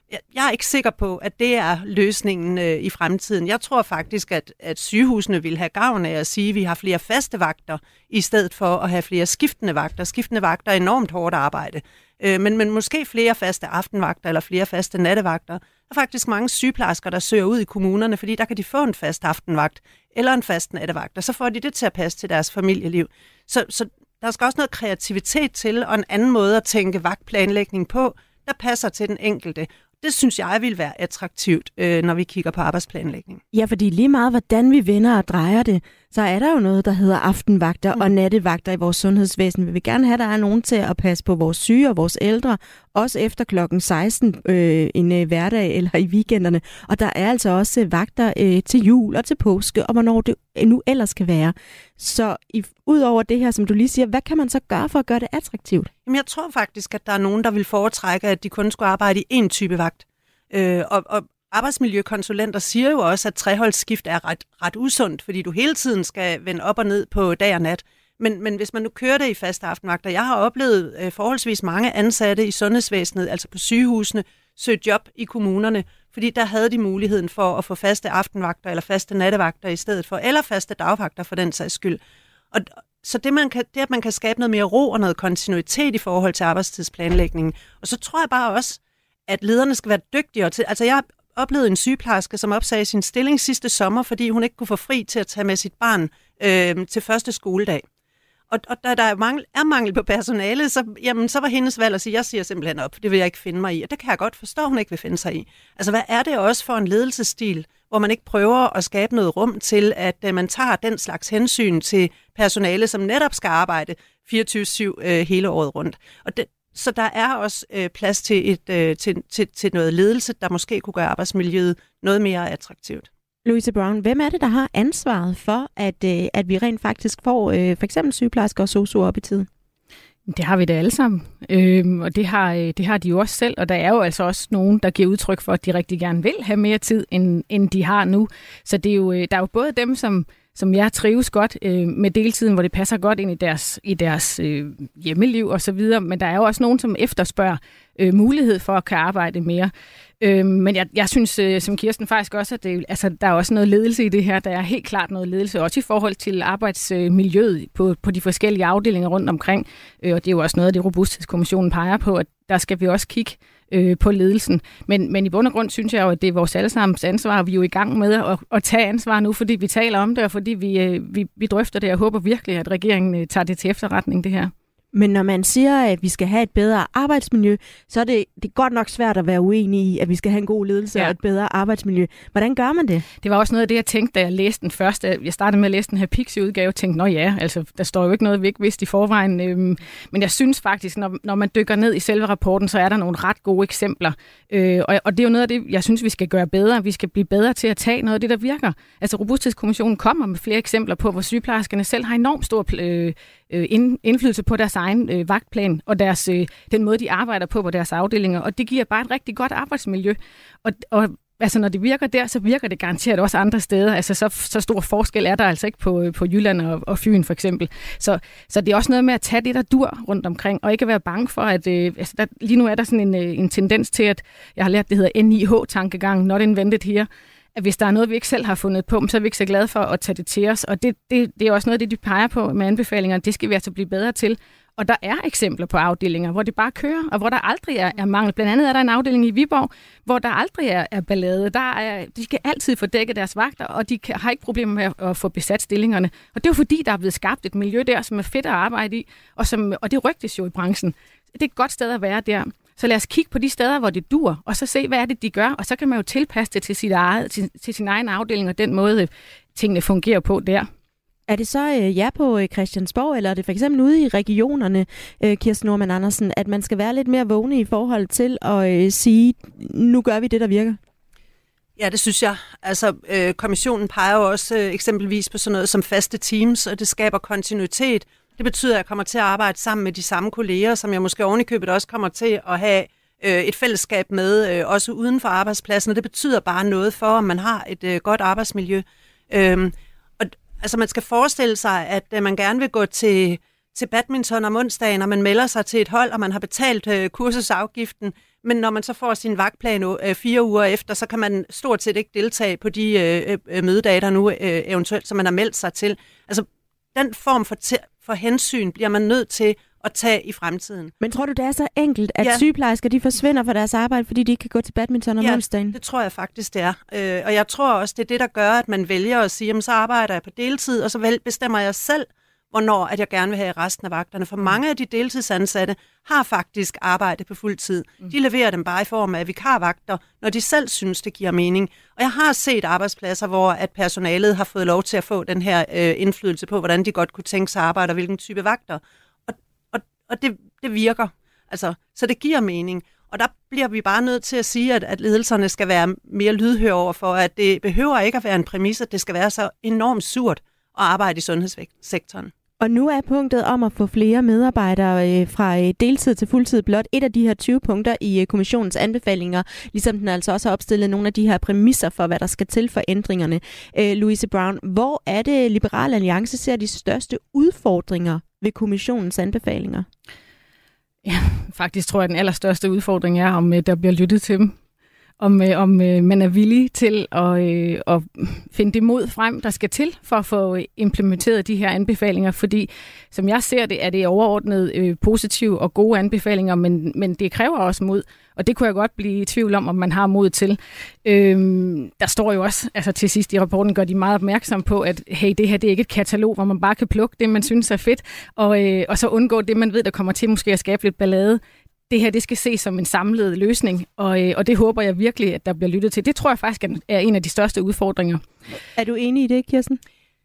K: jeg, jeg er ikke sikker på, at det er løsningen øh, i fremtiden. Jeg tror faktisk, at, at sygehusene vil have gavn af at sige, at vi har flere faste vagter, i stedet for at have flere skiftende vagter. Skiftende vagter er enormt hårdt arbejde. Øh, men, men måske flere faste aftenvagter eller flere faste nattevagter. Der er faktisk mange sygeplejersker, der søger ud i kommunerne, fordi der kan de få en fast aftenvagt eller en fast nattevagt, og så får de det til at passe til deres familieliv. Så, så der skal også noget kreativitet til, og en anden måde at tænke vagtplanlægning på, der passer til den enkelte. Det synes jeg vil være attraktivt, øh, når vi kigger på arbejdsplanlægning.
C: Ja, fordi lige meget hvordan vi vender og drejer det, så er der jo noget, der hedder aftenvagter mm. og nattevagter i vores sundhedsvæsen. Vi vil gerne have, at der er nogen til at passe på vores syge og vores ældre, også efter klokken seksten øh, en øh, hverdag eller i weekenderne. Og der er altså også øh, vagter øh, til jul og til påske, og hvornår det nu ellers kan være. Så i, ud over det her, som du lige siger, hvad kan man så gøre for at gøre det attraktivt?
K: Jamen, jeg tror faktisk, at der er nogen, der vil foretrække, at de kun skulle arbejde i én type vagt. Øh, og, og arbejdsmiljøkonsulenter siger jo også, at treholdsskift er ret, ret usundt, fordi du hele tiden skal vende op og ned på dag og nat. Men, men hvis man nu kører det i faste aftenvagter, jeg har oplevet øh, forholdsvis mange ansatte i sundhedsvæsenet, altså på sygehusene, søge job i kommunerne, fordi der havde de muligheden for at få faste aftenvagter eller faste nattevagter i stedet for, eller faste dagvagter for den sags skyld. Og så det, man kan, det, at man kan skabe noget mere ro og noget kontinuitet i forhold til arbejdstidsplanlægningen. Og så tror jeg bare også, at lederne skal være dygtigere til. Altså, jeg oplevede en sygeplejerske, som opsagde sin stilling sidste sommer, fordi hun ikke kunne få fri til at tage med sit barn øh, til første skoledag. Og, og da der er mangel, er mangel på personale, så, jamen, så var hendes valg at sige, jeg siger simpelthen op, det vil jeg ikke finde mig i. Og det kan jeg godt forstå, hun ikke vil finde sig i. Altså, hvad er det også for en ledelsesstil, hvor man ikke prøver at skabe noget rum til, at uh, man tager den slags hensyn til personale, som netop skal arbejde fireogtyve syv uh, hele året rundt. Og det, så der er også uh, plads til, et, uh, til, til, til noget ledelse, der måske kunne gøre arbejdsmiljøet noget mere attraktivt.
C: Louise Brown, hvem er det, der har ansvaret for, at, øh, at vi rent faktisk får øh, for eksempel sygeplejersker og sosuer op i tiden?
L: Det har vi da alle sammen, øhm, og det har, det har de jo også selv, og der er jo altså også nogen, der giver udtryk for, at de rigtig gerne vil have mere tid, end, end de har nu. Så det er jo, der er jo både dem, som, som jeg trives godt øh, med deltiden, hvor det passer godt ind i deres, i deres øh, hjemmeliv og så videre, men der er jo også nogen, som efterspørger øh, mulighed for at kan arbejde mere. Øh, men jeg, jeg synes, øh, som Kirsten faktisk også, at det, altså, der er også noget ledelse i det her. Der er helt klart noget ledelse, også i forhold til arbejdsmiljøet på, på de forskellige afdelinger rundt omkring. Øh, og det er jo også noget, det Robusthedskommissionen peger på, at der skal vi også kigge øh, på ledelsen. Men, men i bund og grund synes jeg jo, at det er vores allesammens ansvar, og vi er jo i gang med at, at tage ansvar nu, fordi vi taler om det, og fordi vi, øh, vi, vi drøfter det, og håber virkelig, at regeringen øh, tager det til efterretning, det her.
C: Men når man siger, at vi skal have et bedre arbejdsmiljø, så er det, det er godt nok svært at være uenig i, at vi skal have en god ledelse ja. og et bedre arbejdsmiljø. Hvordan gør man det?
L: Det var også noget af det, jeg tænkte, da jeg læste den første. Jeg startede med at læse den her Pixie-udgave og tænkte, nå ja, altså, der står jo ikke noget, vi ikke vidste i forvejen. Øhm, men jeg synes faktisk, når, når man dykker ned i selve rapporten, så er der nogle ret gode eksempler. Øh, og, og det er jo noget af det, jeg synes, vi skal gøre bedre. Vi skal blive bedre til at tage noget af det, der virker. Altså, Robusthedskommissionen kommer med flere eksempler på, hvor sygeplejerskerne selv har enormt stor øh, indflydelse på deres egen øh, vagtplan og deres, øh, den måde, de arbejder på på deres afdelinger, og det giver bare et rigtig godt arbejdsmiljø. Og, og altså, når det virker der, så virker det garanteret også andre steder. Altså, så, så stor forskel er der altså ikke på, på Jylland og, og Fyn for eksempel. Så, så det er også noget med at tage det, der dur rundt omkring, og ikke være bange for, at øh, altså, der, lige nu er der sådan en, øh, en tendens til, at jeg har lært, det hedder N I H-tankegang, not invented here, at hvis der er noget, vi ikke selv har fundet på, så er vi ikke så glade for at tage det til os. Og det, det, det er også noget af det, de peger på med anbefalinger. Det skal vi altså blive bedre til. Og der er eksempler på afdelinger, hvor det bare kører, og hvor der aldrig er, er mangel. Blandt andet er der en afdeling i Viborg, hvor der aldrig er, er ballade. Der er, de kan altid få dækket deres vagter, og de kan, har ikke problemer med at, at få besat stillingerne. Og det er jo fordi, der er blevet skabt et miljø der, som er fedt at arbejde i, og, som, og det rygtes jo i branchen. Det er et godt sted at være der. Så lad os kigge på de steder, hvor det dur, og så se, hvad er det, de gør, og så kan man jo tilpasse det til, sit eget, til, til sin egen afdeling, og den måde, tingene fungerer på der.
C: Er det så øh, jer på øh, Christiansborg, eller er det for eksempel ude i regionerne, øh, Kirsten Normann Andersen, at man skal være lidt mere vågne i forhold til at øh, sige, nu gør vi det, der virker?
K: Ja, det synes jeg. Altså, øh, kommissionen peger jo også øh, eksempelvis på sådan noget som faste teams, og det skaber kontinuitet. Det betyder, at jeg kommer til at arbejde sammen med de samme kolleger, som jeg måske ovenikøbet også kommer til at have øh, et fællesskab med, øh, også uden for arbejdspladsen. Og det betyder bare noget for, om man har et øh, godt arbejdsmiljø. Øhm, og altså, man skal forestille sig, at øh, man gerne vil gå til, til badminton om onsdagen, og man melder sig til et hold, og man har betalt øh, kursusafgiften, men når man så får sin vagtplan øh, fire uger efter, så kan man stort set ikke deltage på de øh, øh, mødedage, der nu øh, eventuelt, som man har meldt sig til. Altså, den form for, t- for hensyn bliver man nødt til at tage i fremtiden.
C: Men tror du, det er så enkelt, at
K: ja.
C: sygeplejersker de forsvinder fra deres arbejde, fordi de ikke kan gå til badminton om
K: ja,
C: onsdagen?
K: Det tror jeg faktisk, det er. Øh, og jeg tror også, det er det, der gør, at man vælger at sige, jamen, så arbejder jeg på deltid, og så vel bestemmer jeg selv, hvornår at jeg gerne vil have resten af vagterne. For mange af de deltidsansatte har faktisk arbejde på fuld tid. De leverer dem bare i form af vikarvagter, når de selv synes, det giver mening. Og jeg har set arbejdspladser, hvor at personalet har fået lov til at få den her øh, indflydelse på, hvordan de godt kunne tænke sig at arbejde, og hvilken type vagter. Og, og, og det, det virker. Altså, så det giver mening. Og der bliver vi bare nødt til at sige, at, at ledelserne skal være mere lydhøre over for, at det behøver ikke at være en præmis, at det skal være så enormt surt at arbejde i sundhedssektoren.
C: Og nu er punktet om at få flere medarbejdere fra deltid til fuldtid blot et af de her tyve punkter i kommissionens anbefalinger, ligesom den altså også har opstillet nogle af de her præmisser for, hvad der skal til for ændringerne. Louise Brown, hvor er det Liberal Alliance ser de største udfordringer ved kommissionens anbefalinger?
L: Ja, faktisk tror jeg, at den allerstørste udfordring er, om der bliver lyttet til dem. Om, øh, om øh, man er villig til at, øh, at finde det mod frem, der skal til for at få implementeret de her anbefalinger, fordi som jeg ser det, er det overordnet øh, positive og gode anbefalinger, men, men det kræver også mod, og det kunne jeg godt blive i tvivl om, om man har mod til. Øhm, der står jo også, altså til sidst i rapporten gør de meget opmærksom på, at hey, det her det er ikke et katalog, hvor man bare kan plukke det, man synes er fedt, og, øh, og så undgå det, man ved, der kommer til måske at skabe lidt ballade. Det her, det skal ses som en samlet løsning, og, og det håber jeg virkelig, at der bliver lyttet til. Det tror jeg faktisk er en af de største udfordringer.
C: Er du enig i det, Kirsten?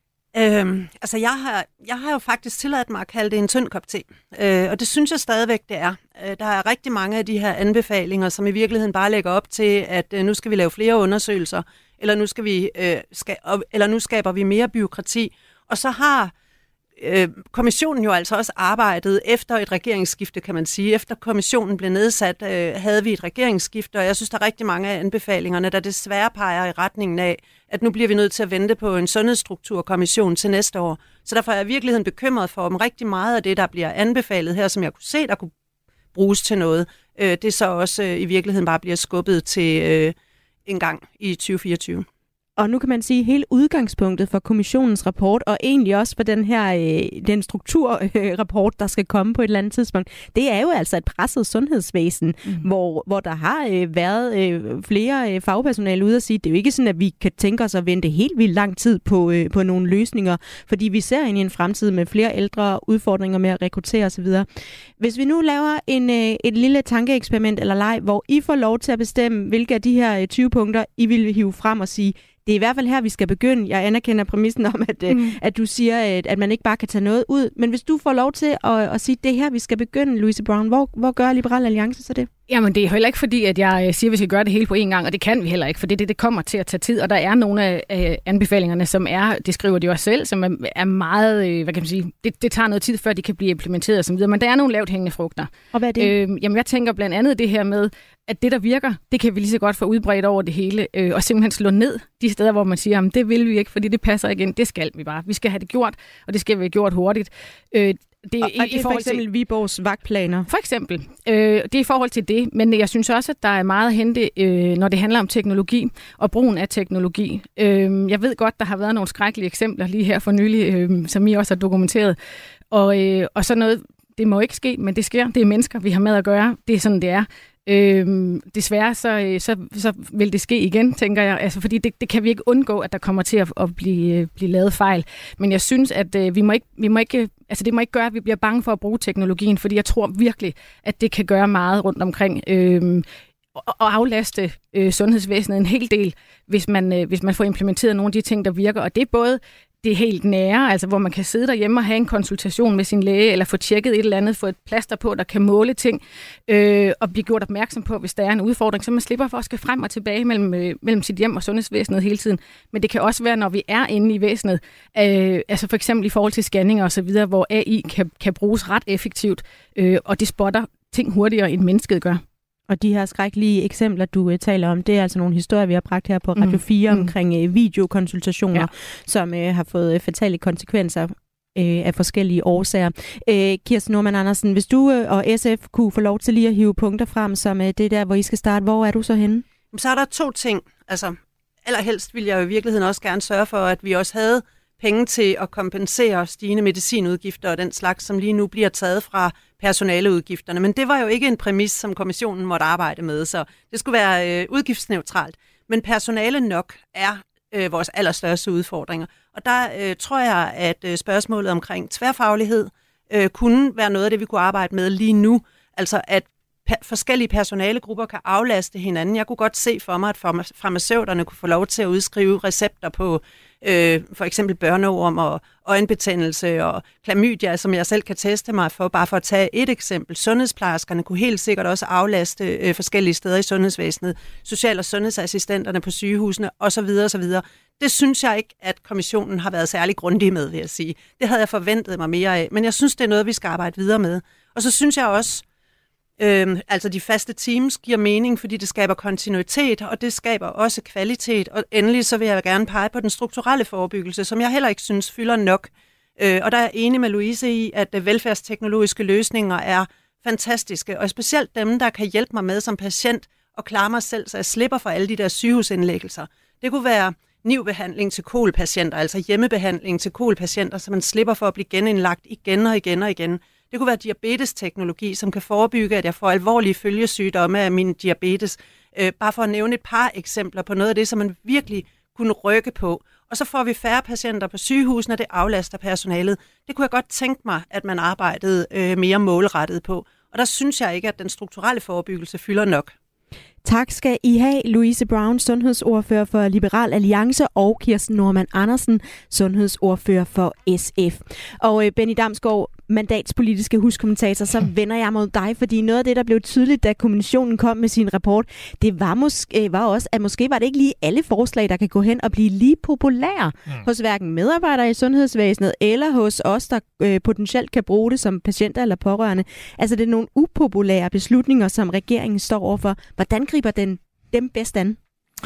K: Øhm, altså, jeg har, jeg har jo faktisk tilladt mig at kalde det en tynd kop te, øh, og det synes jeg stadigvæk, det er. Øh, der er rigtig mange af de her anbefalinger, som i virkeligheden bare lægger op til, at øh, nu skal vi lave flere undersøgelser, eller nu, skal vi, øh, skal, eller nu skaber vi mere bureaukrati, og så har kommissionen jo altså også arbejdet efter et regeringsskifte, kan man sige. Efter kommissionen blev nedsat, øh, havde vi et regeringsskifte, og jeg synes, der er rigtig mange af anbefalingerne, der desværre peger i retningen af, at nu bliver vi nødt til at vente på en sundhedsstrukturkommission til næste år. Så derfor er jeg i virkeligheden bekymret for, om rigtig meget af det, der bliver anbefalet her, som jeg kunne se, der kunne bruges til noget, øh, det så også øh, i virkeligheden bare bliver skubbet til øh, en gang i tyve fireogtyve.
C: Og nu kan man sige, at hele udgangspunktet for kommissionens rapport, og egentlig også for den her øh, den strukturrapport, øh, der skal komme på et eller andet tidspunkt, det er jo altså et presset sundhedsvæsen, mm. hvor, hvor der har øh, været øh, flere øh, fagpersonale ude at sige, det er jo ikke sådan, at vi kan tænke os at vente helt vildt lang tid på, øh, på nogle løsninger, fordi vi ser ind i en fremtid med flere ældre, udfordringer med at rekruttere osv. Hvis vi nu laver en, øh, et lille tankeeksperiment eller leg, hvor I får lov til at bestemme, hvilke af de her tyve punkter, I vil hive frem og sige, det er i hvert fald her, vi skal begynde. Jeg anerkender præmissen om, at, mm. at du siger, at, at man ikke bare kan tage noget ud. Men hvis du får lov til at, at sige, at det er her, vi skal begynde, Louise Brown, hvor, hvor gør Liberal Alliance så det?
L: Jamen, det er heller ikke fordi, at jeg siger, at vi skal gøre det hele på én gang, og det kan vi heller ikke, for det, det kommer til at tage tid, og der er nogle af, af anbefalingerne, som er, det skriver de også selv, som er, er meget, hvad kan man sige, det, det tager noget tid, før de kan blive implementeret og så videre, men der er nogle lavt hængende frugter.
C: Og hvad er det?
L: Øh, jamen, jeg tænker blandt andet det her med, at det, der virker, det kan vi lige så godt få udbredt over det hele, øh, og simpelthen slå ned de steder, hvor man siger, at det vil vi ikke, fordi det passer ikke ind, det skal vi bare. Vi skal have det gjort, og det skal vi have gjort hurtigt. Øh, Det,
C: og,
L: i,
C: og det er
L: i
C: for eksempel til Viborgs vagtplaner?
L: For eksempel. Øh, det er i forhold til det, men jeg synes også, at der er meget at hente, øh, når det handler om teknologi og brugen af teknologi. Øh, jeg ved godt, der har været nogle skrækkelige eksempler lige her for nylig, øh, som I også har dokumenteret. Og, øh, og så noget, det må ikke ske, men det sker. Det er mennesker, vi har med at gøre. Det er sådan, det er. Øhm, desværre så, så, så vil det ske igen, tænker jeg, altså, fordi det, det kan vi ikke undgå, at der kommer til at, at blive, blive lavet fejl. Men jeg synes, at øh, vi må ikke, vi må ikke, altså, det må ikke gøre, at vi bliver bange for at bruge teknologien, fordi jeg tror virkelig, at det kan gøre meget rundt omkring øhm, og, og aflaste øh, sundhedsvæsenet en hel del, hvis man, øh, hvis man får implementeret nogle af de ting, der virker. Og det er både det helt nære, altså hvor man kan sidde derhjemme og have en konsultation med sin læge, eller få tjekket et eller andet, få et plaster på, der kan måle ting, øh, og blive gjort opmærksom på, hvis der er en udfordring, så man slipper for at skal frem og tilbage mellem, øh, mellem sit hjem og sundhedsvæsenet hele tiden. Men det kan også være, når vi er inde i væsenet, øh, altså for eksempel i forhold til scanninger osv., hvor A I kan, kan bruges ret effektivt, øh, og det spotter ting hurtigere, end mennesket gør.
C: Og de her skrækkelige eksempler, du uh, taler om, det er altså nogle historier, vi har bragt her på Radio fire mm. omkring uh, videokonsultationer, ja. som uh, har fået uh, fatale konsekvenser. øh, af forskellige årsager. Øh, Kirsten Normann Andersen, hvis du øh, og S F kunne få lov til lige at hive punkter frem, som øh, det der, hvor I skal starte, hvor er du så henne?
K: Så er der to ting. Altså, allerhelst ville jeg jo i virkeligheden også gerne sørge for, at vi også havde penge til at kompensere stigende medicinudgifter og den slags, som lige nu bliver taget fra personaleudgifterne. Men det var jo ikke en præmis, som kommissionen måtte arbejde med, så det skulle være øh, udgiftsneutralt. Men personale nok er øh, vores allerstørste udfordringer. Og der øh, tror jeg, at øh, spørgsmålet omkring tværfaglighed øh, kunne være noget af det, vi kunne arbejde med lige nu. Altså at per- forskellige personalegrupper kan aflaste hinanden. Jeg kunne godt se for mig, at farma- farmaceuterne kunne få lov til at udskrive recepter på øh, for eksempel børneorm og øjenbetændelse og klamydia, som jeg selv kan teste mig for, bare for at tage et eksempel. Sundhedsplejerskerne kunne helt sikkert også aflaste øh, forskellige steder i sundhedsvæsenet, social- og sundhedsassistenterne på sygehusene osv. osv. Det synes jeg ikke, at kommissionen har været særlig grundig med, vil jeg sige. Det havde jeg forventet mig mere af, men jeg synes, det er noget, vi skal arbejde videre med. Og så synes jeg også, Øhm, altså de faste teams giver mening, fordi det skaber kontinuitet, og det skaber også kvalitet. Og endelig så vil jeg gerne pege på den strukturelle forebyggelse, som jeg heller ikke synes fylder nok. Øh, og der er jeg enig med Louise i, at velfærdsteknologiske løsninger er fantastiske, og specielt dem, der kan hjælpe mig med som patient og klare mig selv, så jeg slipper for alle de der sygehusindlæggelser. Det kunne være N I V-behandling til kolpatienter, altså hjemmebehandling til kolpatienter, så man slipper for at blive genindlagt igen og igen og igen. Det kunne være diabetesteknologi, som kan forebygge, at jeg får alvorlige følgesygdomme af min diabetes. Øh, bare for at nævne et par eksempler på noget af det, som man virkelig kunne rykke på. Og så får vi færre patienter på sygehusene, og det aflaster personalet. Det kunne jeg godt tænke mig, at man arbejdede øh, mere målrettet på. Og der synes jeg ikke, at den strukturelle forebyggelse fylder nok.
C: Tak skal I have, Louise Brown, sundhedsordfører for Liberal Alliance, og Kirsten Normann Andersen, sundhedsordfører for S F. Og øh, Benny Damsgaard, mandatspolitiske huskommentator, så vender jeg mod dig, fordi noget af det, der blev tydeligt, da kommissionen kom med sin rapport, det var, måske, var også, at måske var det ikke lige alle forslag, der kan gå hen og blive lige populære mm. hos hverken medarbejdere i sundhedsvæsenet, eller hos os, der øh, potentielt kan bruge det som patienter eller pårørende. Altså det er nogle upopulære beslutninger, som regeringen står overfor. Hvordan griber den dem bedst an?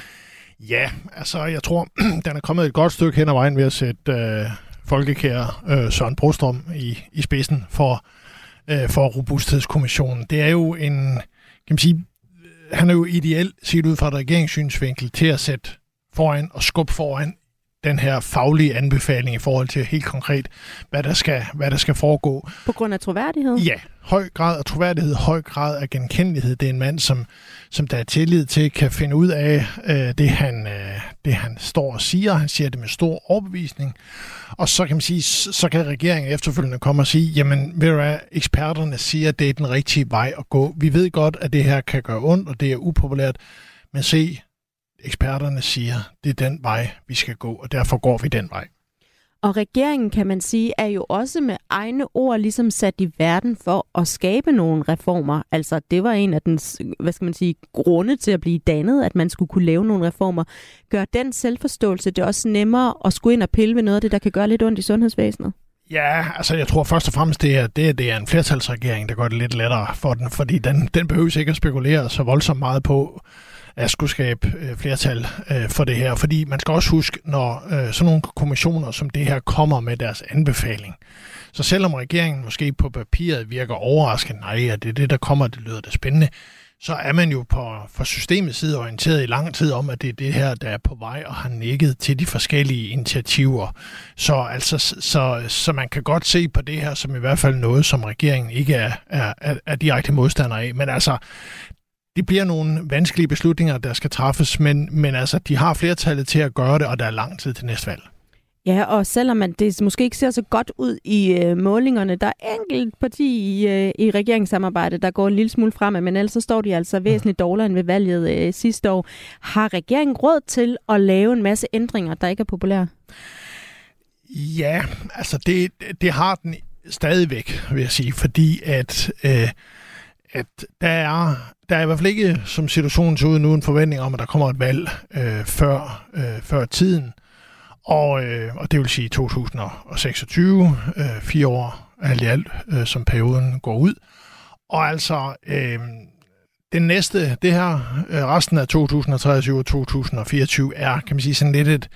G: Ja, altså jeg tror, den er kommet et godt stykke hen ad vejen ved at sætte øh, folkekære øh, Søren Brostrøm i, i spidsen for, øh, for Robusthedskommissionen. Det er jo en, kan man sige, han er jo ideelt set ud fra et regeringssynsvinkel til at sætte foran og skubbe foran den her faglige anbefaling i forhold til helt konkret, hvad der skal, hvad der skal foregå.
C: På grund af troværdighed?
G: Ja, høj grad af troværdighed, høj grad af genkendelighed. Det er en mand, som, som der er tillid til, kan finde ud af øh, det, han, øh, det, han står og siger. Han siger det med stor overbevisning. Og så kan man sige, så kan regeringen efterfølgende komme og sige, jamen, ved du hvad, eksperterne siger, at det er den rigtige vej at gå. Vi ved godt, at det her kan gøre ondt, og det er upopulært, men se, eksperterne siger, det er den vej, vi skal gå, og derfor går vi den vej.
C: Og regeringen, kan man sige, er jo også med egne ord ligesom sat i verden for at skabe nogle reformer. Altså, det var en af dens, hvad skal man sige, grunde til at blive dannet, at man skulle kunne lave nogle reformer. Gør den selvforståelse det også nemmere at skulle ind og pille ved noget af det, der kan gøre lidt ondt i sundhedsvæsenet?
G: Ja, altså jeg tror først og fremmest, det er, det er, det er en flertalsregering, der gør det lidt lettere for den, fordi den, den behøves ikke at spekulere så voldsomt meget på, at skulle skabe øh, flertal øh, for det her. Fordi man skal også huske, når øh, sådan nogle kommissioner som det her kommer med deres anbefaling. Så selvom regeringen måske på papiret virker overraskende, nej, at det er det, der kommer, det lyder da spændende, så er man jo på, fra systemets side orienteret i lang tid om, at det er det her, der er på vej og har nikket til de forskellige initiativer. Så, altså, så, så man kan godt se på det her som i hvert fald noget, som regeringen ikke er, er, er, er direkte modstander af. Men altså, det bliver nogle vanskelige beslutninger, der skal træffes, men, men altså, de har flertallet til at gøre det, og der er lang tid til næste valg.
C: Ja, og selvom man det måske ikke ser så godt ud i øh, målingerne, der er enkelt parti i, øh, i regeringssamarbejdet, der går en lille smule fremad, men ellers så står de altså væsentligt dårligere end ved valget øh, sidste år. Har regeringen råd til at lave en masse ændringer, der ikke er populære?
G: Ja, altså det, det har den stadigvæk, vil jeg sige, fordi at, øh, at der er Der er i hvert fald ikke, som situationen ser ud nu, en forventning om, at der kommer et valg øh, før, øh, før tiden. Og, øh, og det vil sige to tusind og seksogtyve, øh, fire år alt i alt, øh, som perioden går ud. Og altså, øh, den næste, det her, øh, resten af to tusind og treogtyve og to tusind og fireogtyve, er, kan man sige, sådan lidt et,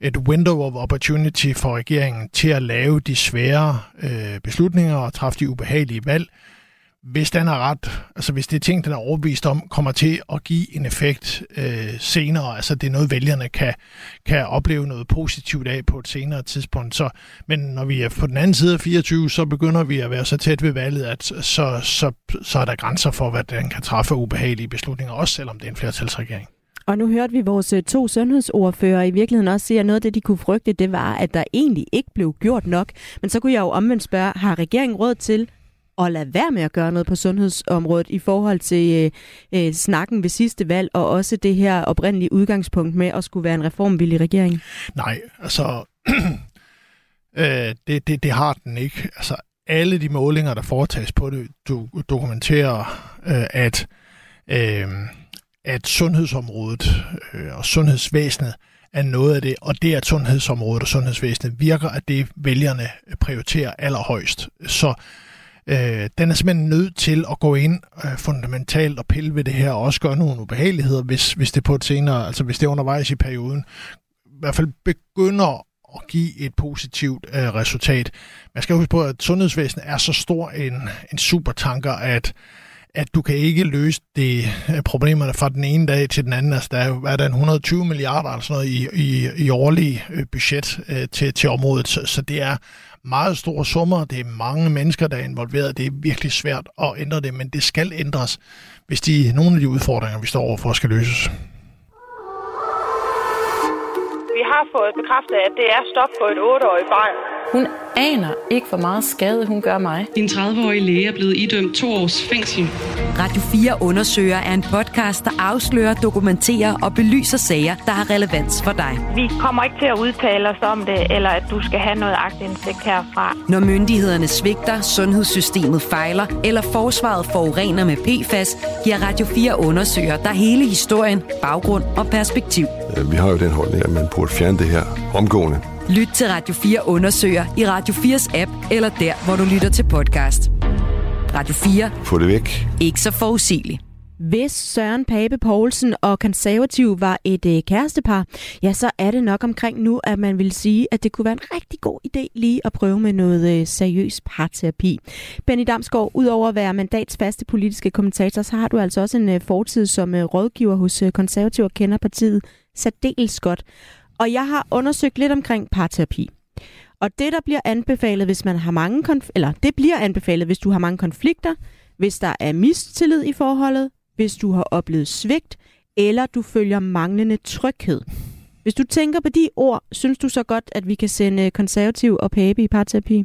G: et window of opportunity for regeringen til at lave de svære øh, beslutninger og træffe de ubehagelige valg, hvis den er ret, altså hvis det er ting, den er overbevist om, kommer til at give en effekt øh, senere. Altså det er noget, vælgerne kan, kan opleve noget positivt af på et senere tidspunkt. Så, men når vi er på den anden side af fireogtyve, så begynder vi at være så tæt ved valget, at så, så, så er der grænser for, hvad den kan træffe ubehagelige beslutninger, også selvom det er en flertalsregering.
C: Og nu hørte vi vores to sundhedsordfører i virkeligheden også sige, at noget af det, de kunne frygte, det var, at der egentlig ikke blev gjort nok. Men så kunne jeg jo omvendt spørge, har regeringen råd til at lade være med at gøre noget på sundhedsområdet i forhold til øh, øh, snakken ved sidste valg, og også det her oprindelige udgangspunkt med at skulle være en reformvillig regering?
G: Nej, altså øh, det, det, det har den ikke. Altså alle de målinger, der foretages på det, du, dokumenterer, øh, at, øh, at sundhedsområdet øh, og sundhedsvæsenet er noget af det, og det, at sundhedsområdet og sundhedsvæsenet virker, at det vælgerne prioriterer allerhøjst. Så Øh, den er simpelthen nødt til at gå ind øh, fundamentalt og pille ved det her, og også gøre nogle ubehageligheder, hvis, hvis det på et senere, altså hvis det undervejs i perioden, i hvert fald begynder at give et positivt øh, resultat. Man skal huske på, at sundhedsvæsenet er så stor en, en supertanker, at at du kan ikke løse de problemerne fra den ene dag til den anden. Altså, der er jo hvad er der, et hundrede og tyve milliarder eller sådan noget i, i, i årlig budget øh, til, til området, så, så det er meget store summer, det er mange mennesker, der er involveret, det er virkelig svært at ændre det, men det skal ændres, hvis de, nogle af de udfordringer, vi står overfor, skal løses.
M: Vi har fået bekræftet, at det er stop på et otteårigt barn.
N: Hun aner ikke, hvor meget skade hun gør mig.
O: En tredive-årig læge er blevet idømt to års fængsel.
P: Radio fire Undersøger er en podcast, der afslører, dokumenterer og belyser sager, der har relevans for dig.
M: Vi kommer ikke til at udtale os om det, eller at du skal have noget aktindsigt herfra.
P: Når myndighederne svigter, sundhedssystemet fejler, eller forsvaret forurener med P F A S, giver Radio fire Undersøger der hele historien, baggrund og perspektiv.
Q: Vi har jo den holdning, at man burde fjerne det her omgående.
P: Lyt til Radio fire Undersøger i Radio fires app, eller der, hvor du lytter til podcast. Radio fire.
Q: Få det væk.
P: Ikke så forudsigeligt.
C: Hvis Søren Pape Poulsen og Konservative var et øh, kærestepar, ja, så er det nok omkring nu, at man vil sige, at det kunne være en rigtig god idé lige at prøve med noget øh, seriøs parterapi. Benny Damsgaard, udover at være mandats faste politiske kommentator, så har du altså også en øh, fortid som øh, rådgiver hos øh, Konservative og kender partiet særdeles godt. Og jeg har undersøgt lidt omkring parterapi. Og det, der bliver anbefalet, hvis man har mange konf- eller det bliver anbefalet, hvis du har mange konflikter, hvis der er mistillid i forholdet, hvis du har oplevet svigt, eller du følger manglende tryghed. Hvis du tænker på de ord, synes du så godt, at vi kan sende Konservativ og Pape i parterapi?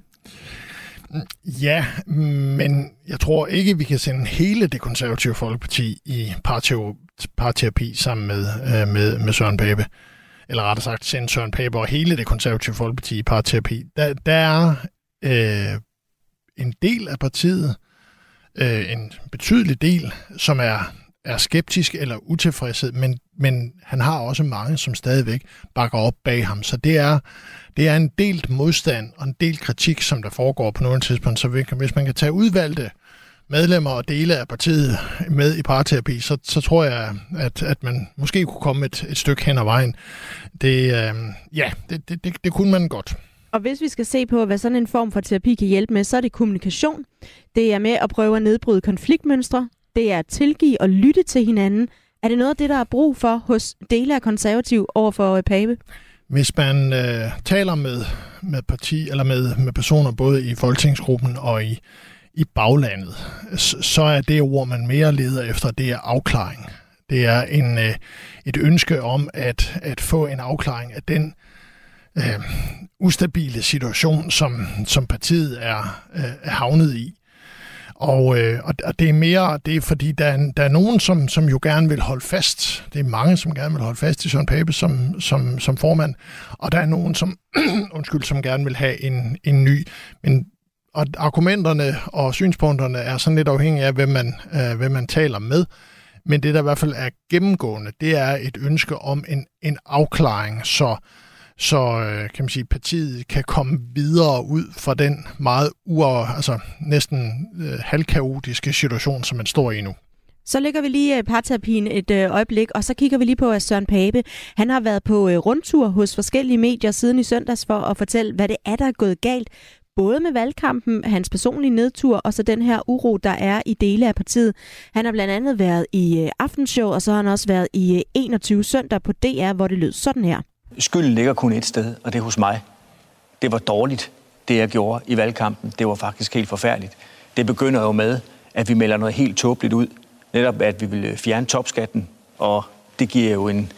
G: Ja, men jeg tror ikke, vi kan sende hele det Konservative Folkeparti i parterapi sammen med, øh, med, med Søren Pape. Eller rettere sagt, sende Søren Pape og hele det Konservative Folkeparti i parterapi. Der, der er øh, en del af partiet, øh, en betydelig del, som er, er skeptisk eller utilfredshed, men, men han har også mange, som stadigvæk bakker op bag ham. Så det er, det er en delt modstand og en delt kritik, som der foregår på nogle tidspunkt. Så hvis man kan tage udvalgte medlemmer og dele af partiet med i parterapi, så, så tror jeg, at, at man måske kunne komme et, et stykke hen ad vejen. Det, øh, ja, det, det, det, det kunne man godt.
C: Og hvis vi skal se på, hvad sådan en form for terapi kan hjælpe med, så er det kommunikation. Det er med at prøve at nedbryde konfliktmønstre. Det er at tilgive og lytte til hinanden. Er det noget af det, der er brug for hos dele af Konservativ over for Pape?
G: Hvis man øh, taler med, med parti eller med, med personer både i folketingsgruppen og i i baglandet, så er det ord, man mere leder efter, det er afklaring. Det er en, et ønske om at, at få en afklaring af den øh, ustabile situation, som, som partiet er, er havnet i. Og, øh, og det er mere, det er fordi, der er, der er nogen, som, som jo gerne vil holde fast. Det er mange, som gerne vil holde fast i Søren Pape som, som, som formand. Og der er nogen, som, undskyld, som gerne vil have en, en ny. Men og argumenterne og synspunkterne er sådan lidt afhængige af, hvem man, øh, hvem man taler med. Men det, der i hvert fald er gennemgående, det er et ønske om en, en afklaring, så, så øh, kan man sige, partiet kan komme videre ud fra den meget uer, altså næsten øh, halvkaotiske situation, som man står i nu.
C: Så lægger vi lige parterapien et øh, øjeblik, og så kigger vi lige på, at Søren Pape, han har været på øh, rundtur hos forskellige medier siden i søndags for at fortælle, hvad det er, der er gået galt. Både med valgkampen, hans personlige nedtur, og så den her uro, der er i dele af partiet. Han har blandt andet været i øh, Aftenshow, og så har han også været i øh, enogtyve søndag på D R, hvor det lød sådan her.
E: Skylden ligger kun et sted, og det er hos mig. Det var dårligt, det jeg gjorde i valgkampen. Det var faktisk helt forfærdeligt. Det begynder jo med, at vi melder noget helt tåbeligt ud. Netop at vi vil fjerne topskatten, og det giver jo en,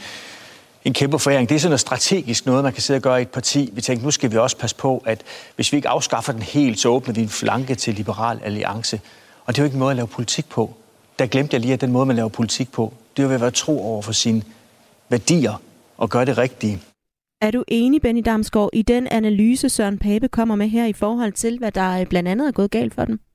E: en kæmpe foræring. Det er sådan noget strategisk noget, man kan sidde og gøre i et parti. Vi tænker, nu skal vi også passe på, at hvis vi ikke afskaffer den helt, så åbner vi en flanke til Liberal Alliance. Og det er jo ikke en måde at lave politik på. Der glemte jeg lige, at den måde, man laver politik på, det er jo ved at være tro over for sine værdier og gøre det rigtige.
C: Er du enig, Benny Damsgaard, i den analyse, Søren Pape kommer med her i forhold til, hvad der blandt andet er gået galt for dem?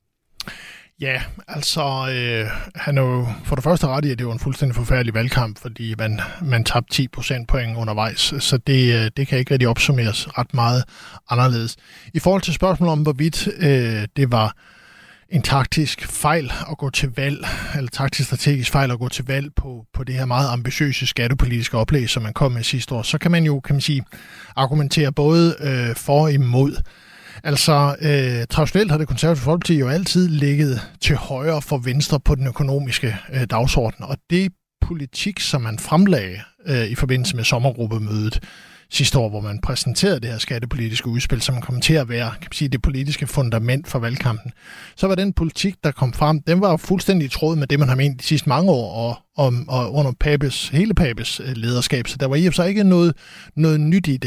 G: Ja, altså, øh, han er jo for det første ret i, at det var en fuldstændig forfærdelig valgkamp, fordi man, man tabte ti procentpoint undervejs, så det, det kan ikke rigtig opsummeres ret meget anderledes. I forhold til spørgsmålet om, hvorvidt øh, det var en taktisk fejl at gå til valg, eller taktisk strategisk fejl at gå til valg på, på det her meget ambitiøse skattepolitiske oplæg, som man kom med sidste år, så kan man jo, kan man sige, argumentere både øh, for og imod. Altså, øh, traditionelt har det konservative Folkeparti jo altid ligget til højre for Venstre på den økonomiske øh, dagsorden, og det politik, som man fremlagde øh, i forbindelse med sommergruppemødet sidste år, hvor man præsenterede det her skattepolitiske udspil, som kom til at være, kan man sige, det politiske fundament for valgkampen, så var den politik, der kom frem, den var fuldstændig i tråd med det, man har ment de sidste mange år, og, og, og under Papes, hele Papes lederskab, så der var i og for sig ikke noget, noget nyt i det.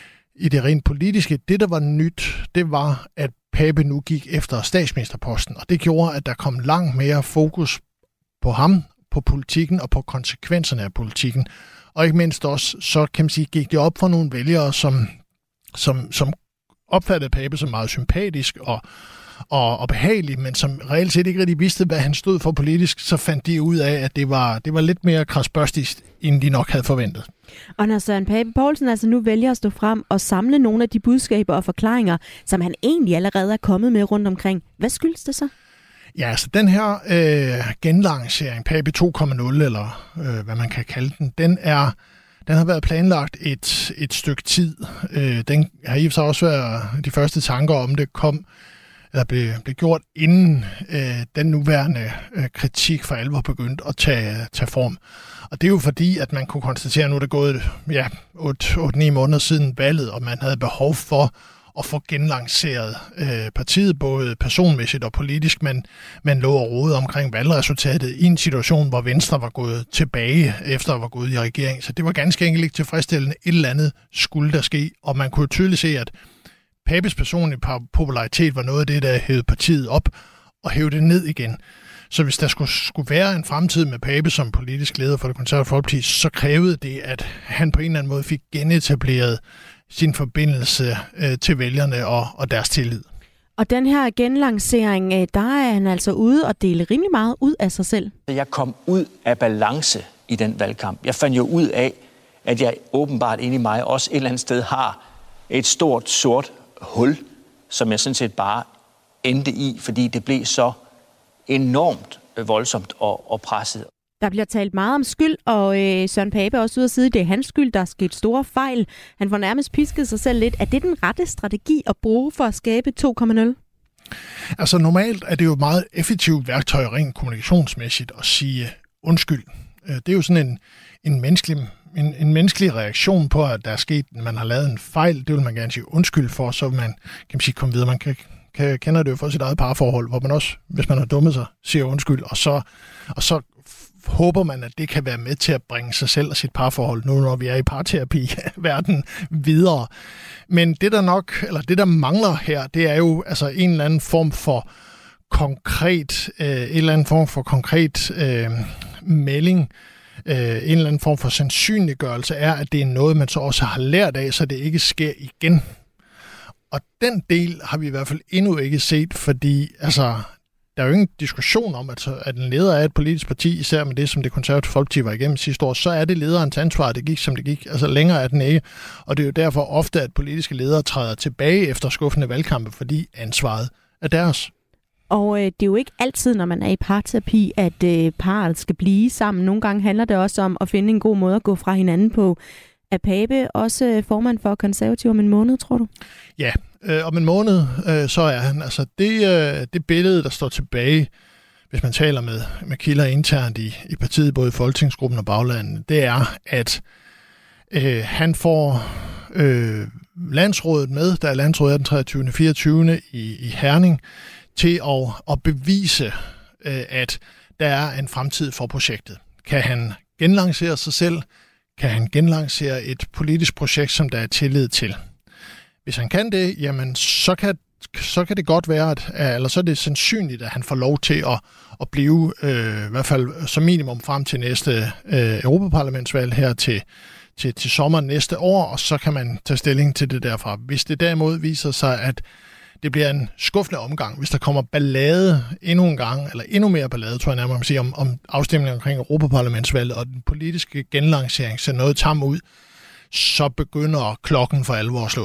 G: I det rent politiske, det der var nyt, det var, at Pape nu gik efter statsministerposten, og det gjorde, at der kom langt mere fokus på ham, på politikken og på konsekvenserne af politikken. Og ikke mindst også, så kan man sige, gik det op for nogle vælgere, som, som, som opfattede Pape som meget sympatisk og, og, og behagelig, men som reelt set ikke rigtig vidste, hvad han stod for politisk, så fandt de ud af, at det var, det var lidt mere kradsbørstigt, end de nok havde forventet. Og når Søren Pape Poulsen altså nu vælger at stå frem og samle nogle af de budskaber og forklaringer, som han egentlig allerede er kommet med rundt omkring, hvad skyldes det så? Ja, altså den her øh, genlancering, Pape to komma nul, eller øh, hvad man kan kalde den, den er den har været planlagt et, et stykke tid. Øh, den har i og for sig også været, de første tanker om det kom, eller blev, blev gjort inden øh, den nuværende øh, kritik for alvor begyndte at tage, tage form. Og det er jo fordi, at man kunne konstatere, at nu er det gået ja, otte ni måneder siden valget, og man havde behov for at få genlanceret øh, partiet, både personmæssigt og politisk, men man lå og rode omkring valgresultatet i en situation, hvor Venstre var gået tilbage, efter at var gået i regering. Så det var ganske enkelt ikke tilfredsstillende. Et eller andet skulle der ske, og man kunne jo tydeligt se, at Papes personlige popularitet var noget af det, der hævede partiet op og hævede det ned igen. Så hvis der skulle, skulle være en fremtid med Pape som politisk leder for det konservative Folkeparti, så krævede det, at han på en eller anden måde fik genetableret sin forbindelse øh, til vælgerne og, og deres tillid. Og den her genlancering, øh, der er han altså ude og dele rimelig meget ud af sig selv. Jeg kom ud af balance i den valgkamp. Jeg fandt jo ud af, at jeg åbenbart inde i mig også et eller andet sted har et stort sort hul, som jeg sådan set bare endte i, fordi det blev så enormt voldsomt og, og presset. Der bliver talt meget om skyld, og øh, Søren Pape er også ude at sige, at det er hans skyld, der er sket store fejl. Han får nærmest pisket sig selv lidt. Er det den rette strategi at bruge for at skabe to komma nul? Altså normalt er det jo et meget effektivt værktøj rent kommunikationsmæssigt at sige undskyld. Det er jo sådan en, en, menneskelig, en, en menneskelig reaktion på, at der er sket, at man har lavet en fejl. Det vil man gerne sige undskyld for, så man kan man sige, komme videre. Man kan, kan, kender det jo fra sit eget parforhold, hvor man også, hvis man har dummet sig, siger undskyld, og så, og så håber man, at det kan være med til at bringe sig selv og sit parforhold, nu når vi er i parterapi-verden, videre. Men det der nok, eller det der mangler her, det er jo altså en eller anden form for konkret, øh, en eller anden form for konkret øh, melding, øh, en eller anden form for sandsynliggørelse er, at det er noget, man så også har lært af, så det ikke sker igen. Og den del har vi i hvert fald endnu ikke set, fordi altså der er jo ingen diskussion om, at, at en leder af et politisk parti, især med det, som det konservative Folkeparti var igennem sidste år, så er det lederens ansvar, det gik, som det gik. Altså længere er den ikke. Og det er jo derfor ofte, at politiske ledere træder tilbage efter skuffende valgkampe, fordi ansvaret er deres.
C: Og øh, det er jo ikke altid, når man er i parterapi, at øh, parret skal blive sammen. Nogle gange handler det også om at finde en god måde at gå fra hinanden på. Er Pape også formand for Konservative om en måned, tror du?
G: Ja, øh, om en måned, øh, så er han. Altså det, øh, det billede, der står tilbage, hvis man taler med, med kilder internt i, i partiet, både i Folketingsgruppen og baglandet, det er, at øh, han får øh, landsrådet med, der er landsrådet den treogtyvende fireogtyvende i, i Herning, til at, at bevise, øh, at der er en fremtid for projektet. Kan han genlancere sig selv? Kan han genlancere et politisk projekt, som der er tillid til? Hvis han kan det, jamen så kan, så kan det godt være, at, eller så er det sandsynligt, at han får lov til at, at blive, øh, i hvert fald som minimum frem til næste øh, Europaparlamentsvalg her til, til, til sommer næste år, og så kan man tage stilling til det derfra. Hvis det derimod viser sig, at det bliver en skuffende omgang, hvis der kommer ballade endnu en gang, eller endnu mere ballade, tror jeg nærmere, man siger, om, om afstemningen omkring Europaparlamentsvalget, og den politiske genlancering ser noget tam ud, så begynder klokken for alvor at slå.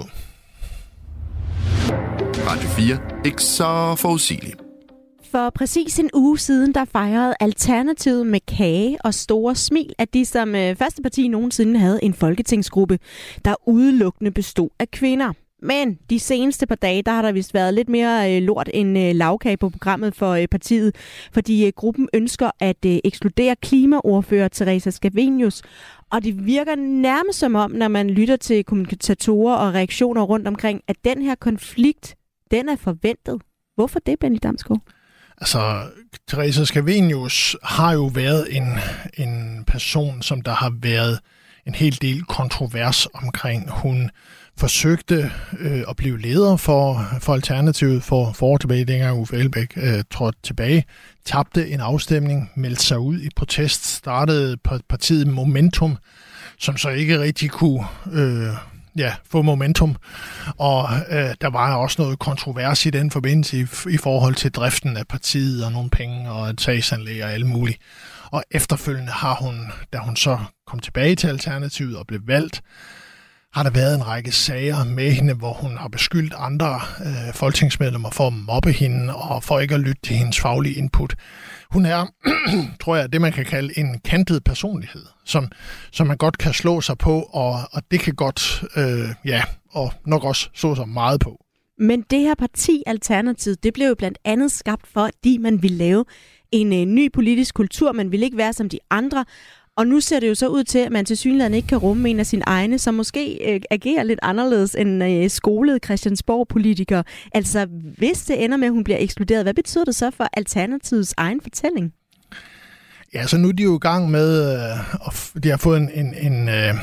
B: Radio fire. Ikke så forudsigeligt.
C: For præcis en uge siden, der fejrede Alternativet med kage og store smil, at de som første parti nogensinde havde en folketingsgruppe, der udelukkende bestod af kvinder. Men de seneste par dage, der har der vist været lidt mere øh, lort end øh, lavkage på programmet for øh, partiet, fordi øh, gruppen ønsker at øh, ekskludere klimaordfører Theresa Scavenius. Og det virker nærmest som om, når man lytter til kommentatorer og reaktioner rundt omkring, at den her konflikt, den er forventet. Hvorfor det, Benny Damsgaard?
G: Altså, Theresa Scavenius har jo været en, en person, som der har været en hel del kontrovers omkring. Hun forsøgte øh, at blive leder for, for Alternativet for, for år tilbage, dengang Uffe Elbæk øh, trådte tilbage, tabte en afstemning, meldte sig ud i protest, startede partiet Momentum, som så ikke rigtig kunne øh, ja, få momentum. Og øh, der var også noget kontrovers i den forbindelse i, i forhold til driften af partiet og nogle penge og et sagsanlæg og alt muligt. Og efterfølgende har hun, da hun så kom tilbage til Alternativet og blev valgt, har der været en række sager med hende, hvor hun har beskyldt andre øh, folketingsmedlemmer for at mobbe hende og for ikke at lytte til hendes faglige input. Hun er, tror jeg, det man kan kalde en kantet personlighed, som, som man godt kan slå sig på, og, og det kan godt, øh, ja, og nok også slå sig meget på.
C: Men det her parti, Alternativet, det blev jo blandt andet skabt for, fordi man ville lave en øh, ny politisk kultur. Man ville ikke være som de andre. Og nu ser det jo så ud til, at man tilsyneladende ikke kan rumme en af sine egne, som måske øh, agerer lidt anderledes end øh, skolede Christiansborg-politikere. Altså, hvis det ender med, at hun bliver ekskluderet, hvad betyder det så for Alternativets egen fortælling?
G: Ja, så nu er de jo i gang med, øh, og de har fået en, en, en, øh,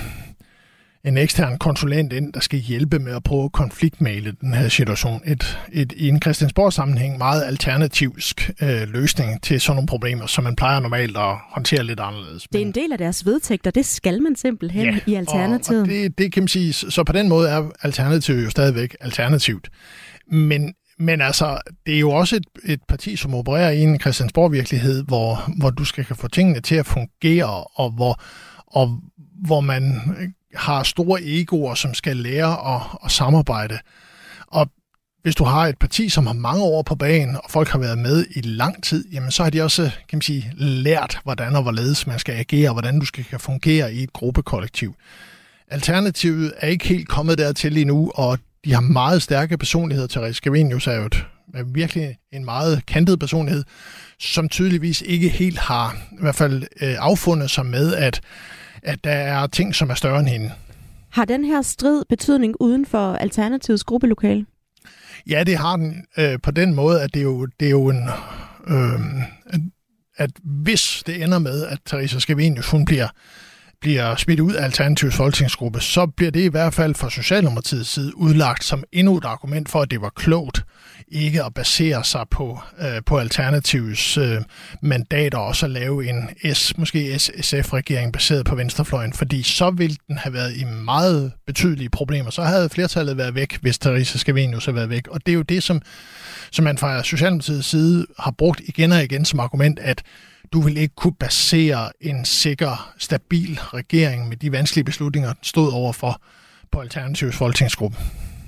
G: en ekstern konsulent ind, der skal hjælpe med at prøve at konfliktmæle den her situation. Et, et, i en Christiansborg-sammenhæng meget alternativsk øh, løsning til sådan nogle problemer, som man plejer normalt at håndtere lidt anderledes.
C: Det er en del af deres vedtægter, det skal man simpelthen ja, i Alternativet.
G: Og, og det, det kan man sige, så på den måde er Alternativet jo stadigvæk alternativt. Men Men altså, det er jo også et, et parti, som opererer i en Christiansborg-virkelighed, hvor, hvor du skal få tingene til at fungere, og hvor, og hvor man har store egoer, som skal lære at, at samarbejde. Og hvis du har et parti, som har mange år på banen, og folk har været med i lang tid, jamen så har de også, kan man sige, lært, hvordan og hvorledes man skal agere, og hvordan du skal kan fungere i et gruppekollektiv. Alternativet er ikke helt kommet dertil endnu, og de har meget stærke personligheder. Theresa Scavenius er jo et, er virkelig en meget kantet personlighed, som tydeligvis ikke helt har i hvert fald øh, affundet sig med, at, at der er ting, som er større end hende.
C: Har den her strid betydning uden for Alternativets gruppelokale?
G: Ja, det har den øh, på den måde, at det er jo, det er jo en... Øh, at, at hvis det ender med, at Theresa Scavenius, hun bliver bliver smidt ud af Alternativets folketingsgruppe, så bliver det i hvert fald fra Socialdemokratiets side udlagt som endnu et argument for, at det var klogt ikke at basere sig på, øh, på Alternativets øh, mandater og så lave en S, måske S S F-regering baseret på venstrefløjen, fordi så ville den have været i meget betydelige problemer. Så havde flertallet været væk, hvis Theresa Scavenius havde været væk. Og det er jo det, som, som man fra Socialdemokratiets side har brugt igen og igen som argument, at du vil ikke kunne basere en sikker, stabil regering med de vanskelige beslutninger, den stod overfor på Alternativets folketingsgruppe.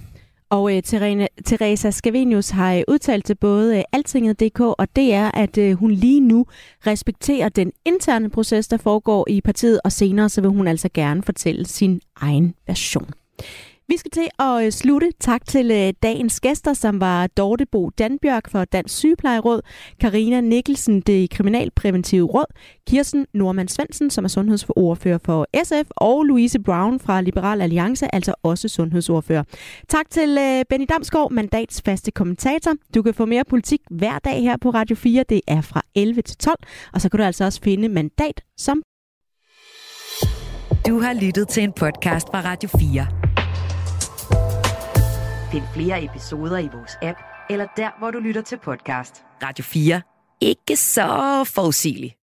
C: Og øh, Teresa Scavenius har øh, udtalt til både øh, Altinget punktum d k og D R, at øh, hun lige nu respekterer den interne proces, der foregår i partiet, og senere så vil hun altså gerne fortælle sin egen version. Vi skal til at øh, slutte. Tak til øh, dagens gæster, som var Dorte Bo Danbjørk for Dansk Sygeplejeråd, Karina Nikkelsen, det Kriminalpræventive Råd, Kirsten Normann Svendsen, som er sundhedsordfører for S F, og Louise Brown fra Liberal Alliance, altså også sundhedsordfører. Tak til øh, Benny Damsgaard, mandats faste kommentator. Du kan få mere politik hver dag her på Radio fire. Det er fra elleve til tolv, og så kan du altså også finde Mandat som...
P: Du har lyttet til en podcast fra Radio fire. Find flere episoder i vores app, eller der, hvor du lytter til podcast. Radio fire. Ikke så forudsigeligt.